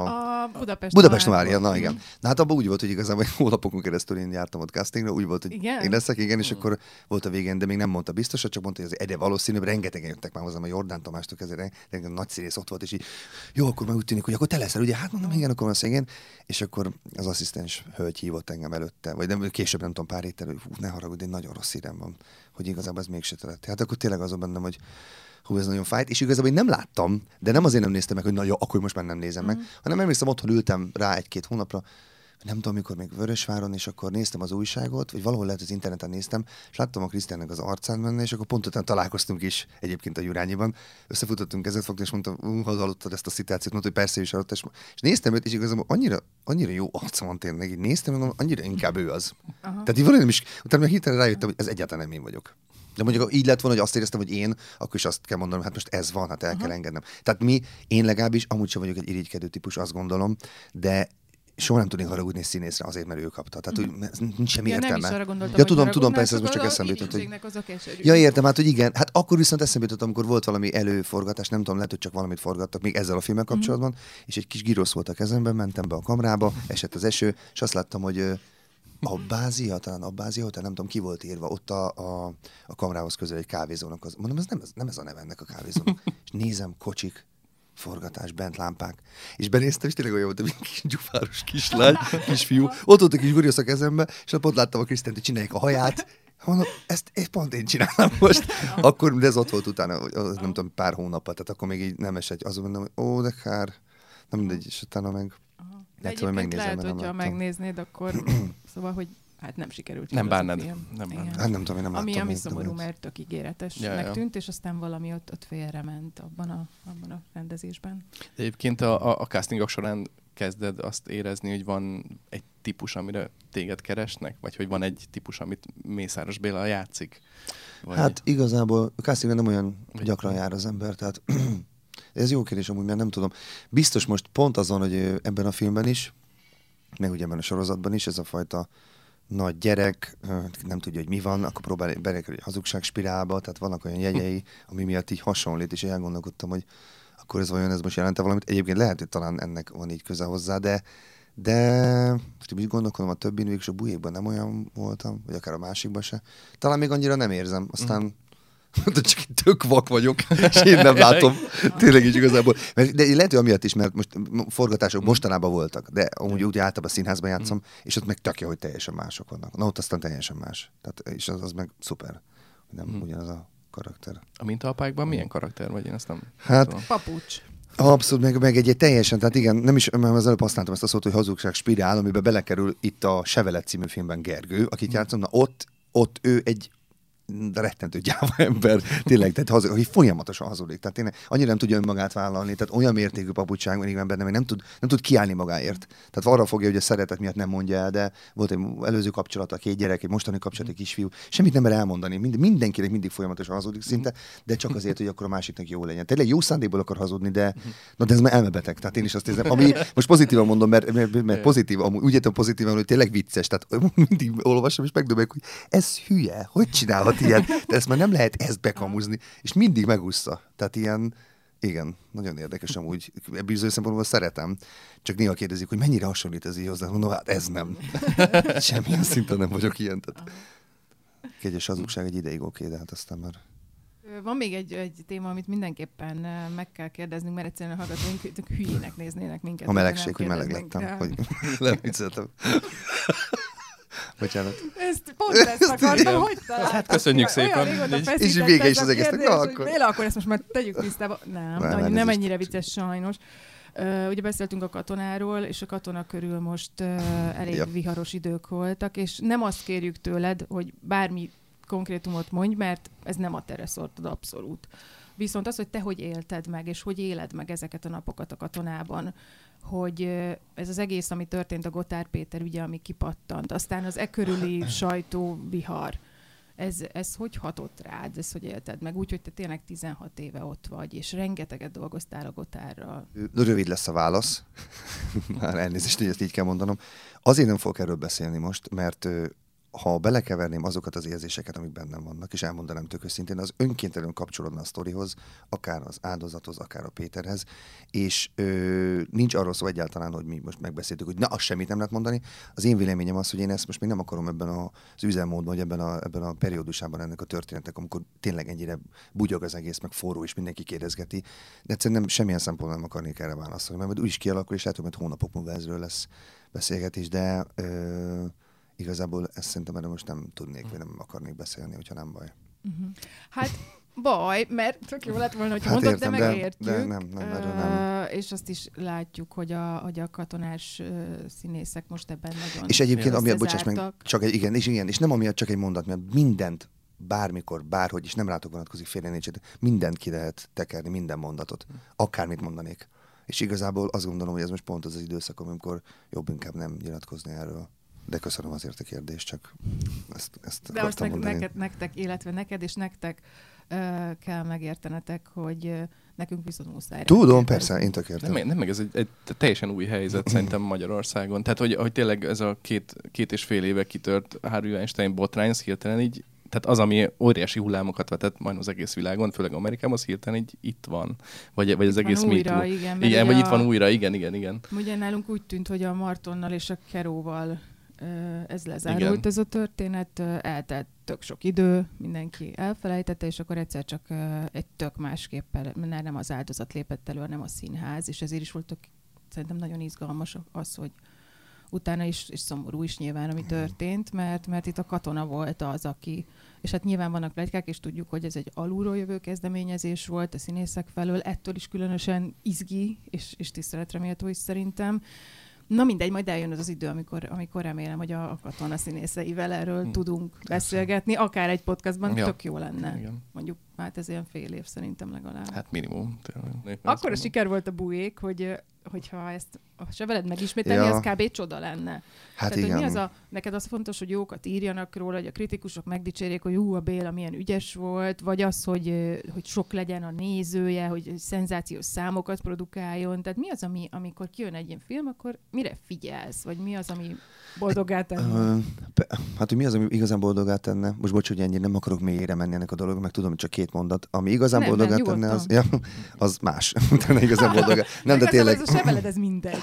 A Budapest Noária, na igen. Na hát abban úgy volt, hogy igazából hónapokon keresztül én jártam ott castingra, úgy volt, hogy én leszek, igen, és akkor volt a végén, de még nem mondta biztos, csak mondta, hogy ez egyre valószínűbb, rengetegen jöttek már hozzám, a Jordán Tamástól kezdve, rengeteg nagy színész ott volt, és így, jó, akkor már úgy tűnik, hogy akkor te leszel, ugye? Hát mondom, igen, akkor van szegény. És akkor az asszisztens hölgy hívott engem előtte, vagy nem, később nem tudom, pár héttel, hogy ne haragudj, nagyon rossz hírem van, hogy igazából ez mégse tört. Hát akkor tényleg azon bennem, hogy ez nagyon fájt, és igazából én nem láttam, de nem azért nem néztem meg, hogy na jó, akkor most már nem nézem meg, hanem emlékszem, otthon ültem rá 1-2 hónapra, nem tudom, mikor még Vörösváron, és akkor néztem az újságot, vagy valahol lehet az interneten néztem, és láttam a Krisztiánnak az arcán benne, és akkor pont utána találkoztunk is egyébként a Jurányiban. Összefutottunk, kezet fogni, és mondtam, ha hallottad ezt a szituációt, mondta, hogy persze ő is hallotta, és néztem őt, és igazából annyira jó arca van tényleg, így néztem, mondom, annyira inkább ő az. Tehát így valami is, utána hirtelen rájöttem, hogy ez egyáltalán nem én vagyok. De mondjuk így lett volna, hogy azt éreztem, hogy én, akkor is azt kell mondanom, hát most ez van, hát el kell engednem. Tehát én legalábbis amúgy sem vagyok egy irigykedő típus, azt gondolom, de soha nem tudnék haragudni színészre azért, mert ő kapta. Tehát hogy nincs semmi értelme. Nem is arra gondoltam, tudom, persze, ez most csak eszembe jutott. Ja, értem, hát hogy igen. Hát akkor viszont eszembe jutott, amikor volt valami előforgatás, nem tudom, lehet, hogy csak valamit forgattak még ezzel a filmmel kapcsolatban, és egy kis gyrosz volt a kezemben, mentem be a kamrába, esett az eső, és azt láttam, hogy Abbázia, nem tudom, ki volt írva, ott a kamrához közel egy kávézónak. Mondom, ez nem ez a neve ennek a kávézónak. És nézem, kocsik, forgatás, bent lámpák. És benéztem, és tényleg olyan volt, hogy kis gyufáros kislány, kisfiú. Ott volt a kis guriosz a kezembe, és pont láttam a Krisztiánt, hogy csinálják a haját. Mondom, ezt pont én csinálom most. Akkor, de ez ott volt utána, nem tudom, pár hónapot, tehát akkor még így nem esett. Azon mondom, hogy de kár. Nem mindegy, és utána meg... De egyébként lehet, hogyha megnéznéd, akkor szóval, hogy hát nem sikerült. Nem bánnád. Hát nem tudom, én nem láttam. Ami szomorú, mert tök ígéretesnek tűnt, és aztán valami ott félrement abban a rendezésben. De egyébként a castingok során kezded azt érezni, hogy van egy típus, amire téged keresnek? Vagy hogy van egy típus, amit Mészáros Béla játszik? Vagy... Hát igazából a castingon nem olyan gyakran jár az ember, tehát Ez jó kérdés amúgy, mert nem tudom. Biztos most pont azon, hogy ebben a filmben is, meg ugye ebben a sorozatban is ez a fajta nagy gyerek, nem tudja, hogy mi van, akkor próbál belekerülni egy hazugságspirálba, tehát vannak olyan jegyei, ami miatt így hasonlít, és elgondolkodtam, hogy akkor ez vajon ez most jelente valamit. Egyébként lehet, hogy talán ennek van így köze hozzá, de most így gondolkodom, a többin végül a Bujékban nem olyan voltam, vagy akár a másikban se. Talán még annyira nem érzem, aztán csak tök vak vagyok, és én nem látom. Tényleg is igazából. De lehet, hogy amiatt is, mert most forgatások mostanában voltak, de amúgy úgy általában színházban játszom, és ott meg tök jó, hogy teljesen mások vannak. Na ott aztán teljesen más. Tehát, és az meg szuper, hogy nem ugyanaz a karakter. A Mintaapákban milyen karakter vagy? Én ezt nem tudom. Papucs. Abszolút, meg egy teljesen, tehát igen, nem is, mert az előbb használtam ezt a szót, hogy hazugság spirál, amiben belekerül itt a Sevelet című filmben Gergő, akit játszom, na ott ő egy rettentő gyáva ember, tényleg, tehát hogy folyamatosan hazudik. Tehát tényleg annyira nem tudja önmagát vállalni, tehát olyan mértékű papucság van igen benne, nem tud kiállni magáért. Tehát arra fogja, hogy a szeretet miatt nem mondja el, de volt egy előző kapcsolata, 2 gyerek, egy mostani kapcsolat, egy kisfiú, semmit nem mer elmondani. Mindenkinek mindig folyamatosan hazudik szinte, de csak azért, hogy akkor a másiknak jó legyen. Tényleg jó szándékból akar hazudni, de ez már elmebeteg. Tehát én is azt érzem, ami most pozitívan mondom, mert pozitív, amúgy úgy értem pozitívan, hogy tényleg vicces. Tehát mindig olvasom és megdöbbenek, hogy ez hülye, hogy csinálhat ilyet? De ezt már nem lehet ezt bekamuzni, és mindig megúszta. Tehát ilyen, igen, nagyon érdekes amúgy. Bizonyos szempontból szeretem. Csak néha kérdezik, hogy mennyire hasonlít ez így hozzá. Mondom, hát ez nem. Semmilyen szinten nem vagyok ilyen. Tehát kegyes hazugság egy ideig oké, de hát aztán már... Van még egy téma, amit mindenképpen meg kell kérdeznünk, mert egyszerűen a hallgatóink hülyének néznének minket. A melegség, hogy meleg lettem. Hogy nem vicceltem. Bocsánat. Pont ezt akartam, hogy találtam. Hát köszönjük szépen. És vége is az egésznek. Na, akkor ezt most már tegyük tisztába. Nem ennyire vicces sajnos. Ugye beszéltünk a katonáról, és a katona körül most elég viharos idők voltak, és nem azt kérjük tőled, hogy bármi konkrétumot mondj, mert ez nem a te reszortod abszolút. Viszont az, hogy te hogy élted meg, és hogy éled meg ezeket a napokat a katonában, hogy ez az egész, ami történt a Gotthárd Péter ügye, ami kipattant, aztán az körüli sajtóvihar, ez hogy hatott rád, ez hogy élted meg? Úgy, hogy te tényleg 16 éve ott vagy, és rengeteget dolgoztál a Gotthardral. Rövid lesz a válasz. Már elnézést, hogy ezt így kell mondanom. Azért nem fogok erről beszélni most, mert ha belekeverném azokat az érzéseket, amik bennem vannak, és elmondanám tök őszintén, az önkéntelenül kapcsolódna a sztorihoz, akár az áldozathoz, akár a Péterhez, és nincs arról szó egyáltalán, hogy mi most megbeszéltük, hogy na, azt semmit nem lehet mondani. Az én véleményem az, hogy én ezt most még nem akarom ebben az üzemmódban, vagy ebben a periódusában ennek a történetek, amikor tényleg ennyire bugyog az egész, meg forró, és mindenki kérdezgeti. De egyszerűen nem, semmilyen szempontból nem akarnék erre válaszolni, mert úgy is kialakul, és lehet, hogy hónapok múlva ezről lesz beszélgetés, de igazából ezt szerintem erre most nem tudnék, vagy nem akarnék beszélni, hogyha nem baj. Hát baj, mert tök jó lett volna, hogy hát mondod, értem, de megértjük. De nem. És azt is látjuk, hogy a katonás színészek most ebben nagyon és egyébként amiatt, bocsáss meg, csak és nem amiatt csak egy mondat, mert mindent, bármikor, bárhogy, és nem rátok vonatkozik félrenézést, mindent ki lehet tekerni, minden mondatot. Akármit mondanék. És igazából azt gondolom, hogy ez most pont az az időszak, amikor jobb inkább nem nyilatkozni erről. De köszönöm azért a kérdést, csak ezt de most nektek, illetve neked és nektek kell megértenetek, hogy nekünk viszont muszáj. Tudom, persze, én tök értem. Nem, meg ez egy teljesen új helyzet szerintem Magyarországon. Tehát, hogy tényleg ez a két és fél éve kitört Harvey Weinstein botrány, ez hirtelen így, tehát az, ami óriási hullámokat vetett majdnem az egész világon, főleg Amerikában, az hirtelen így itt van. Vagy az egész újra, igen, vagy itt van újra, igen. Ugye nálunk úgy tűnt, hogy a Martonnal és a Keróval ez lezárult, igen. Ez a történet, eltelt tök sok idő, mindenki elfelejtette, és akkor egyszer csak egy tök másképpen, nem az áldozat lépett elő, hanem a színház, és ezért is volt szerintem nagyon izgalmas az, hogy utána is, és szomorú is nyilván, ami történt, mert itt a katona volt az, aki, és hát nyilván vannak pletykák, és tudjuk, hogy ez egy alulról jövő kezdeményezés volt a színészek felől, ettől is különösen izgi, és tiszteletre méltó is szerintem. Na mindegy, majd eljön az idő, amikor remélem, hogy a katona színészeivel erről tudunk beszélgetni, akár egy podcastban, tök jó lenne. Igen. Mondjuk, hát ez ilyen fél év szerintem legalább. Hát minimum. Akkor a siker volt a Bujék, hogyha ezt se veled megismételni, az kb. Csoda lenne. Hát tehát, igen. hogy mi neked az fontos, hogy jókat írjanak róla, hogy a kritikusok megdicsérjék, hogy a Béla milyen ügyes volt, vagy az, hogy sok legyen a nézője, hogy szenzációs számokat produkáljon. Tehát mi az, amikor kijön egy ilyen film, akkor mire figyelsz? Vagy mi az, ami boldoggá tenne? Hát, hogy mi az, ami igazán boldoggá tenne? Most bocs, hogy ennyire nem akarok mélyére menni ennek a dolog, meg tudom, hogy csak 2 mondat. Ami igazán boldoggá tenne, az más. Tenne igazán boldoggá. Nem, de tényleg... Ez a se veled, ez mindegy.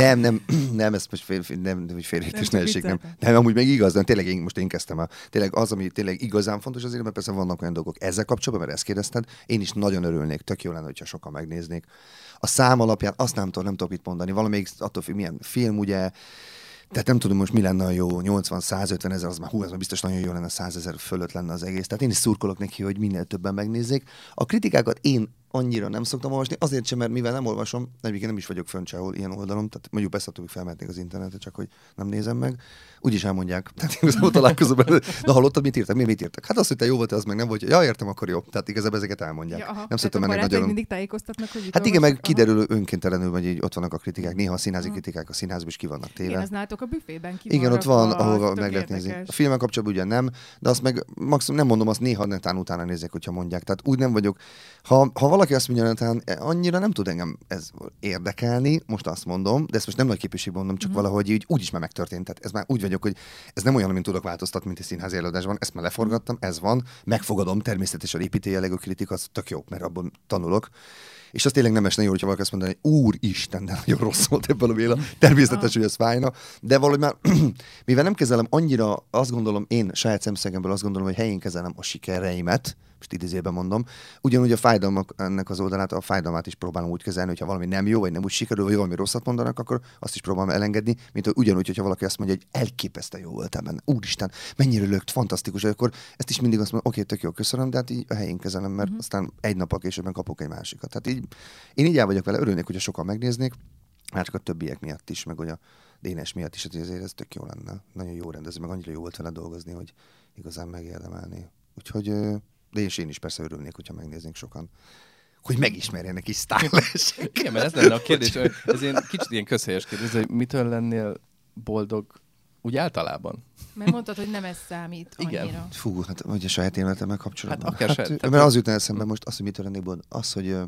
Nem, ezt most félreértés ne esik, nem. Nem, amúgy meg igaz, de tényleg én kezdtem el. Tényleg az, ami tényleg igazán fontos az életben, persze vannak olyan dolgok ezzel kapcsolatban, mert ezt kérdezted, én is nagyon örülnék, tök jó lenne, hogyha sokan megnéznék. A szám alapján azt nem tudok itt mondani, valamelyik attól függ, milyen film, ugye, tehát nem tudom most mi lenne a jó, 80-150 ezer, az már ez már biztos nagyon jó lenne, 100 000 fölött lenne az egész. Tehát én is szurkolok neki, hogy minél többen megnézzék. A kritikákat én annyira nem szoktam olvasni, azért sem, mert mivel nem olvasom, nem is vagyok fönn sehol ilyen oldalon, tehát mondjuk persze hogy felmehetnék az internetre, csak hogy nem nézem meg. Úgyis elmondják. Tehát igazából találkozom benne. Na hallottad, mit írtak? Mit írtak? Hát azt, hogy te jó volt, az meg nem volt. Ja, értem, akkor jó. Tehát igazából ezeket elmondják. Ja, nem szoktam menni nagyon. Mindig tájékoztatnak, hogy hát igen, meg kiderül önkéntelenül, hogy így ott vannak a kritikák. Néha a színházi kritikák a színházban is ki vannak téve. Igen, az nálatok a büfében ki igen, ott van, ahova meg lehet nézni. A filmen kapcsolatban ugye nem, de azt meg maximum nem mondom, azt néha netán utána nézek, hogyha mondják. Tehát úgy nem vagyok. Ha valaki azt mondja, netán annyira nem tud engem ez érdekelni, most azt mondom, de ezt most nem nagy képűség mondom, csak valahogy így úgyis már megtörtént. Tehát ez már úgy vagyok, hogy ez nem olyan, mint tudok változtatni, mint a színházi előadásban. Ezt már leforgattam, ez van, megfogadom, természetesen építő jellegű kritika, az tök jó, mert abban tanulok. És az tényleg nem esne jó, hogyha valaki azt mondaná, hogy úristen, de nagyon rossz volt ebben a Béla. Természetes, hogy ez fájna. De valahogy már, mivel nem kezelem annyira, azt gondolom, én saját szemszögemből azt gondolom, hogy helyén kezelem a sikereimet, most idézőben mondom, ugyanúgy a fájdalmak ennek az oldalát, a fájdalmát is próbálom úgy kezelni, hogyha valami nem jó, vagy nem úgy sikerül, vagy valami rosszat mondanak, akkor azt is próbálom elengedni, mint ugyanúgy, hogyha valaki azt mondja, hogy elképesztően jó volt ebben. Úristen, mennyire lökt, fantasztikus, akkor ezt is mindig azt mondom, oké, tök jó, köszönöm, de hát így a helyén kezelem, mert aztán egy nappal később kapok egy másikat. Tehát így, én így el vagyok vele, örülnék, hogyha sokan megnéznék, már csak a többiek miatt is, meg hogy a Dénes miatt is, hogy azért ez tök jó lenne. Nagyon jó rendező, meg annyira jó volt vele dolgozni, hogy igazán megérdemelni. Úgyhogy de én is persze örülnék, hogyha megnéznénk sokan, hogy megismerjenek is stylesek. Igen, mert ez lenne a kérdés, ez ilyen kicsit ilyen közhelyes kérdés, hogy mitől lennél boldog úgy általában? Mert mondtad, hogy nem ez számít annyira. Igen. Fú, hát hogy a saját életemmel kapcsolatban. Hát akár mert az jut eszembe most, az, hogy mitől lennék boldog, az, hogy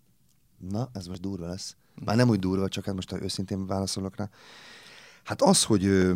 na, ez most durva lesz. Már nem úgy durva, csak hát most őszintén válaszolok rá. Hát az, hogy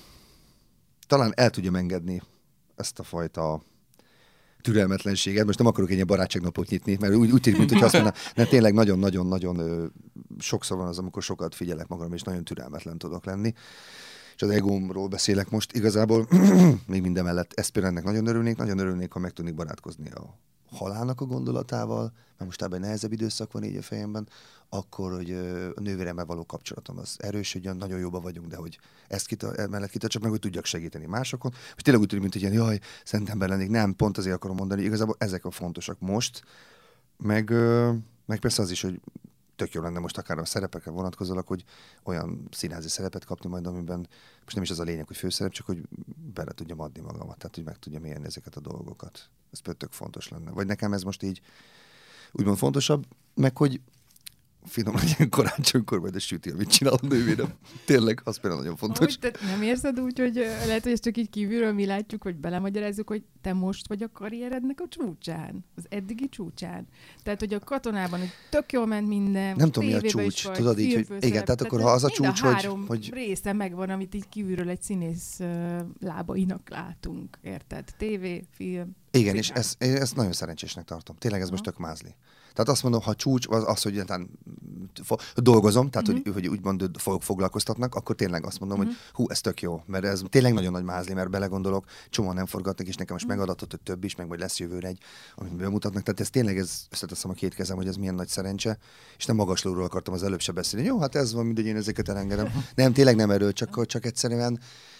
talán el tudjam engedni ezt a fajta türelmetlenséget. Most nem akarok egy ilyen barátságnapot nyitni, mert úgy tűnik, mint hogy azt mondaná, mert tényleg nagyon-nagyon-nagyon sokszor van az, amikor sokat figyelek magam, és nagyon türelmetlen tudok lenni. És az egómról beszélek most igazából, még minden mellett ezt például ennek nagyon örülnék, ha meg tudnék barátkozni a halálnak a gondolatával, mert most ebben nehezebb időszak van így a fejemben, akkor, hogy a nővéremmel való kapcsolatom az erősödjön, nagyon jóban vagyunk, de hogy ezt mellett kitartsak meg, hogy tudjak segíteni másokon. És tényleg úgy tűnik, mint hogy ilyen, jaj, szent ember lennék. Nem, pont azért akarom mondani, igazából ezek a fontosak most, meg persze az is, hogy tök jó lenne most akár a szerepekre vonatkozólag, hogy olyan színházi szerepet kapni majd, amiben most nem is az a lényeg, hogy főszerep, csak hogy bele tudjam adni magamat, tehát hogy meg tudjam élni ezeket a dolgokat. Ez például tök fontos lenne. Vagy nekem ez most így úgymond fontosabb, meg hogy finom legyen karácsonykor, majd a süti, amit csinál a nővérem. Tényleg, az például nagyon fontos. Úgy, te nem érzed úgy, hogy lehet, hogy ezt csak így kívülről mi látjuk, vagy belemagyarázzuk, hogy te most vagy a karrierednek a csúcsán, az eddigi csúcsán. Tehát, hogy a Katonában hogy tök jól ment minden. Nem tudom, mi a csúcs. Vagy, tudod így, hogy igen, tehát akkor ha az a csúcs, hogy része megvan, amit így kívülről egy színész lábainak látunk, érted? TV, film. Igen, és ezt nagyon szerencsésnek tartom. Tényleg ez most tök mázli. Tehát azt mondom, ha csúcs az hogy dolgozom, tehát hogy úgymond foglalkoztatnak, akkor tényleg azt mondom, hogy hú, ez tök jó, mert ez tényleg nagyon nagy mázli, mert belegondolok, csomóan nem forgatnak, és nekem most megadatott, hogy több is, meg majd lesz jövőre egy, amit bemutatnak. Tehát ez tényleg, összeteszem a két kezem, hogy ez milyen nagy szerencse, és nem magaslóról akartam az előbb se beszélni. Jó, hát ez van, mindegy, én ezeket elengedem. Nem, tényleg nem erről, csak egyszerűen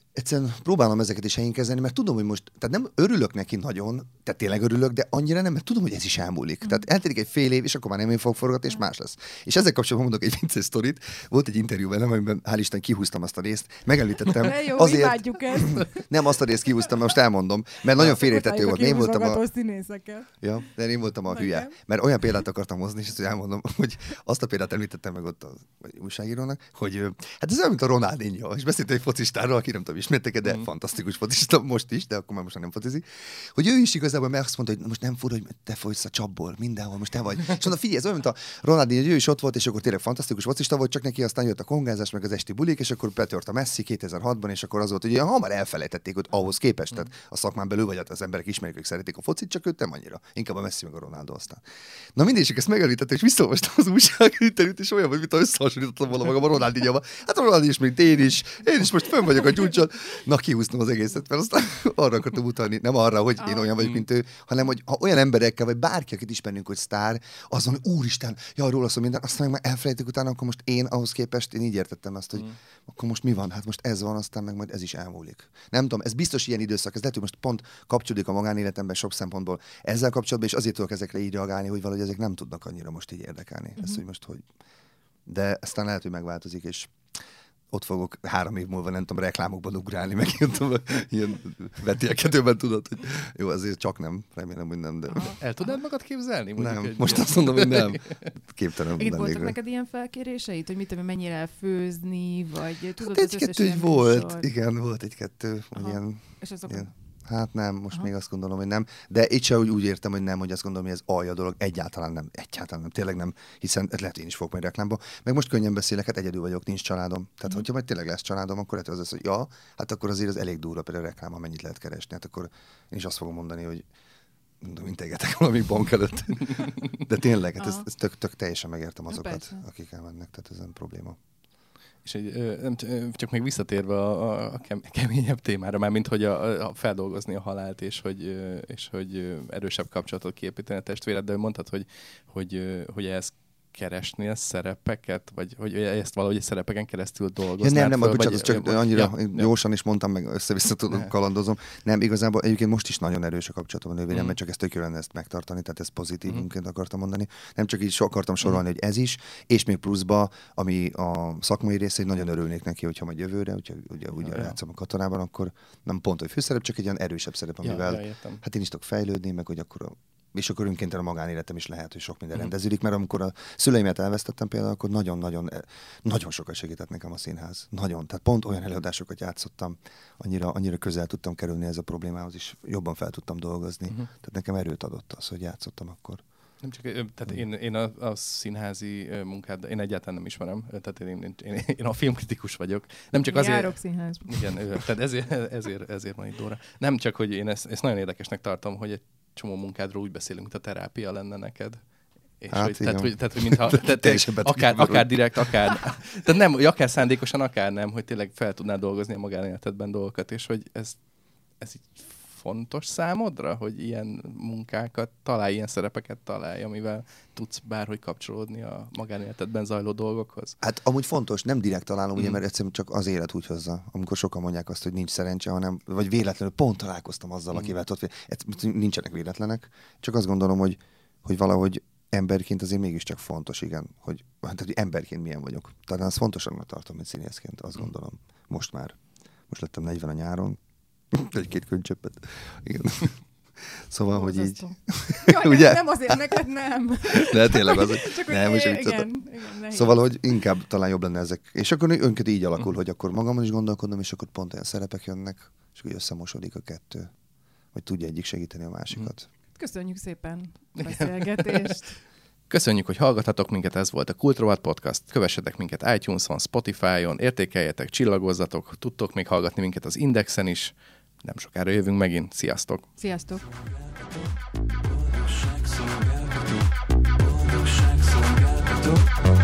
egyszerűen próbálom ezeket is helyén kezelni, mert tudom, hogy most, tehát nem örülök neki nagyon, tehát tényleg örülök, de annyira nem, mert tudom, hogy ez is elmúlik. Tehát eltelik egy fél év, és akkor már nem én fogok forgatni, és más lesz. És ezzel kapcsolatban mondok egy vicces sztorit. Volt egy interjú velem, amiben hál' Isten kihúztam azt a részt, megemlítettem. Jó, azért nem azt a részt kihúztam, most elmondom, mert nagyon félreérthető volt. Én voltam Ja, de én voltam a hülye. Mert olyan példát akartam hozni, és ezt elmondom, hogy azt a példát említettem meg ott az újságírónak, hogy hát ez olyan, mint a Ronaldinho, és beszélt egy focistáról, aki nem tudom, ismertek, de fantasztikus focista most is, de akkor már most nem focizik, hogy ő is igazából meg azt mondta, hogy most nem fura, hogy te folysz a csapból, mindenhol, most te vagy. És mondta, figyelj, ez olyan, mint a Ronaldinho, hogy ő is ott volt, és akkor tényleg fantasztikus focista volt, csak neki aztán jött a kongázás, meg az esti bulik, és akkor betört a Messi 2006-ban, és akkor az volt, hogy ilyen hamar elfelejtették, hogy ahhoz képest, tehát a szakmán belül vagy az emberek ismerik, ők szeretik a focit, csak őt nem annyira. Inkább a Messi meg a Ronaldo aztán. Na mindig csak ezt megemlítette, és visszaolvastam az újságírót, és olyan, hogy mint összehasonlítottam volna magam a Ronaldinho-val. Hát a Ronaldinho is, mint én is most fönn vagyok a csúcson. Na, kihúztam az egészet, mert aztán arra akartam utalni, nem arra, hogy én olyan vagyok, mint ő, hanem hogy ha olyan emberekkel, vagy bárki, akit ismerünk, hogy sztár, azon, hogy úristen, ja, róla szól minden, aztán meg már elfelejtik utána, akkor most én ahhoz képest, én így értettem azt, hogy akkor most mi van? Hát most ez van, aztán meg majd ez is elmúlik. Nem tudom, ez biztos ilyen időszak, ez lehet, hogy most pont kapcsolódik a magánéletemben sok szempontból ezzel kapcsolatban, és azért tudok ezekre így reagálni, hogy valahogy ezek nem tudnak annyira most így érdekelni. Ez, hogy most hogy. De aztán lehet, hogy megváltozik, és ott fogok 3 év múlva, nem tudom, reklámokban ugrálni, meg ilyen vetélkedőben, tudod, hogy jó, azért csak nem, remélem, hogy nem, de... El tudnád magad képzelni? Nem, most azt mondom, hogy nem. Képtelen. Itt voltak neked ilyen felkéréseit, hogy mit tudom, mennyire elfőzni, vagy tudod, hát egy-kettő volt, igen, volt egy-kettő, ilyen... És azok... Ilyen. Hát nem, most még azt gondolom, hogy nem. De itt sem úgy értem, hogy nem, hogy azt gondolom, hogy ez alja dolog. Egyáltalán nem, tényleg nem, hiszen lehet, én is fogok majd reklámba. Meg most könnyen beszélek, hát egyedül vagyok, nincs családom. Tehát, hogyha majd tényleg lesz családom, akkor lehet, az, hogy ja, hát akkor azért az elég durva, például a reklám, mennyit lehet keresni. Hát akkor én is azt fogom mondani, hogy integetek valami bank előtt. De tényleg, hát ez tök teljesen megértem azokat, akik elmennek, tehát ez nem probléma. És csak még visszatérve a keményebb témára, már mint hogy feldolgozni a halált, és hogy erősebb kapcsolatot kiépíteni a testvéred, de mondtad, hogy ehhez keresnél szerepeket, vagy hogy ezt valahogy szerepeken keresztül dolgoznád? Nem, bocsánat, csak annyira gyorsan is mondtam, meg össze-vissza tudom, kalandozom. Nem, igazából egyébként most is nagyon erős a kapcsolatom a nővérem, mert csak ezt tök jól ezt megtartani, tehát ezt pozitívunként akartam mondani. Nem csak így akartam sorolni, hogy ez is, és még pluszba, ami a szakmai része, hogy nagyon örülnék neki, hogyha majd jövőre, ugye játszom a katonában, akkor nem pont, hogy főszerep, csak egy olyan erősebb szerep, amivel hát én is tudok fejlődni, meg hogy akkor és akkor önkénten a magánéletem is lehet, hogy sok minden rendeződik, mert amikor a szüleimet elvesztettem például, akkor nagyon sokat segített nekem a színház. Nagyon. Tehát pont olyan előadásokat játszottam, annyira közel tudtam kerülni ez a problémához, és jobban fel tudtam dolgozni. Tehát nekem erőt adott az, hogy játszottam akkor. Nem csak, tehát én a színházi munkát, én egyáltalán nem ismerem, tehát én a filmkritikus vagyok. Nem csak azért... Járok színházba. Igen, tehát ezért van itt Dóra. Nem csak, hogy én ezt nagyon érdekesnek tartom, hogy egy csomó munkádról úgy beszélünk, mint a terápia lenne neked. És hát, tehát, hogy mintha akár direkt, tehát nem, akár szándékosan, akár nem, hogy tényleg fel tudnád dolgozni a magánéletedben dolgokat, és hogy ez így fontos számodra, hogy ilyen munkákat találj, ilyen szerepeket találj, amivel tudsz bárhogy kapcsolódni a magánéletedben zajló dolgokhoz? Hát amúgy fontos, nem direkt találom, ugye, mert egyszerűen csak az élet úgy hozza. Amikor sokan mondják azt, hogy nincs szerencse, hanem, vagy véletlenül pont találkoztam azzal, akivel nincsenek véletlenek. Csak azt gondolom, hogy valahogy emberként azért mégiscsak fontos, igen, hogy emberként milyen vagyok. Talán az fontosabbnak tartom, mint színészként, azt gondolom. Most lettem 40 a nyáron, egy-két könycseppet. Igen. Szóval, hogy így... Jaj, ugye? Nem azért, neked nem. De tényleg azért. Csak nem, igen, szóval, hogy inkább talán jobb lenne ezek. És akkor önként így alakul, hogy akkor magamon is gondolkodom, és akkor pont olyan szerepek jönnek, és akkor összemosodik a kettő. Hogy tudja egyik segíteni a másikat. Köszönjük szépen a beszélgetést. Köszönjük, hogy hallgathatok minket, ez volt a Kultrovat Podcast. Kövessetek minket iTunes-on, Spotify-on, értékeljetek, csillagozzatok, tudtok még hallgatni minket az Indexen is. Nem sokára jövünk megint. Sziasztok! Sziasztok! Sziasztok!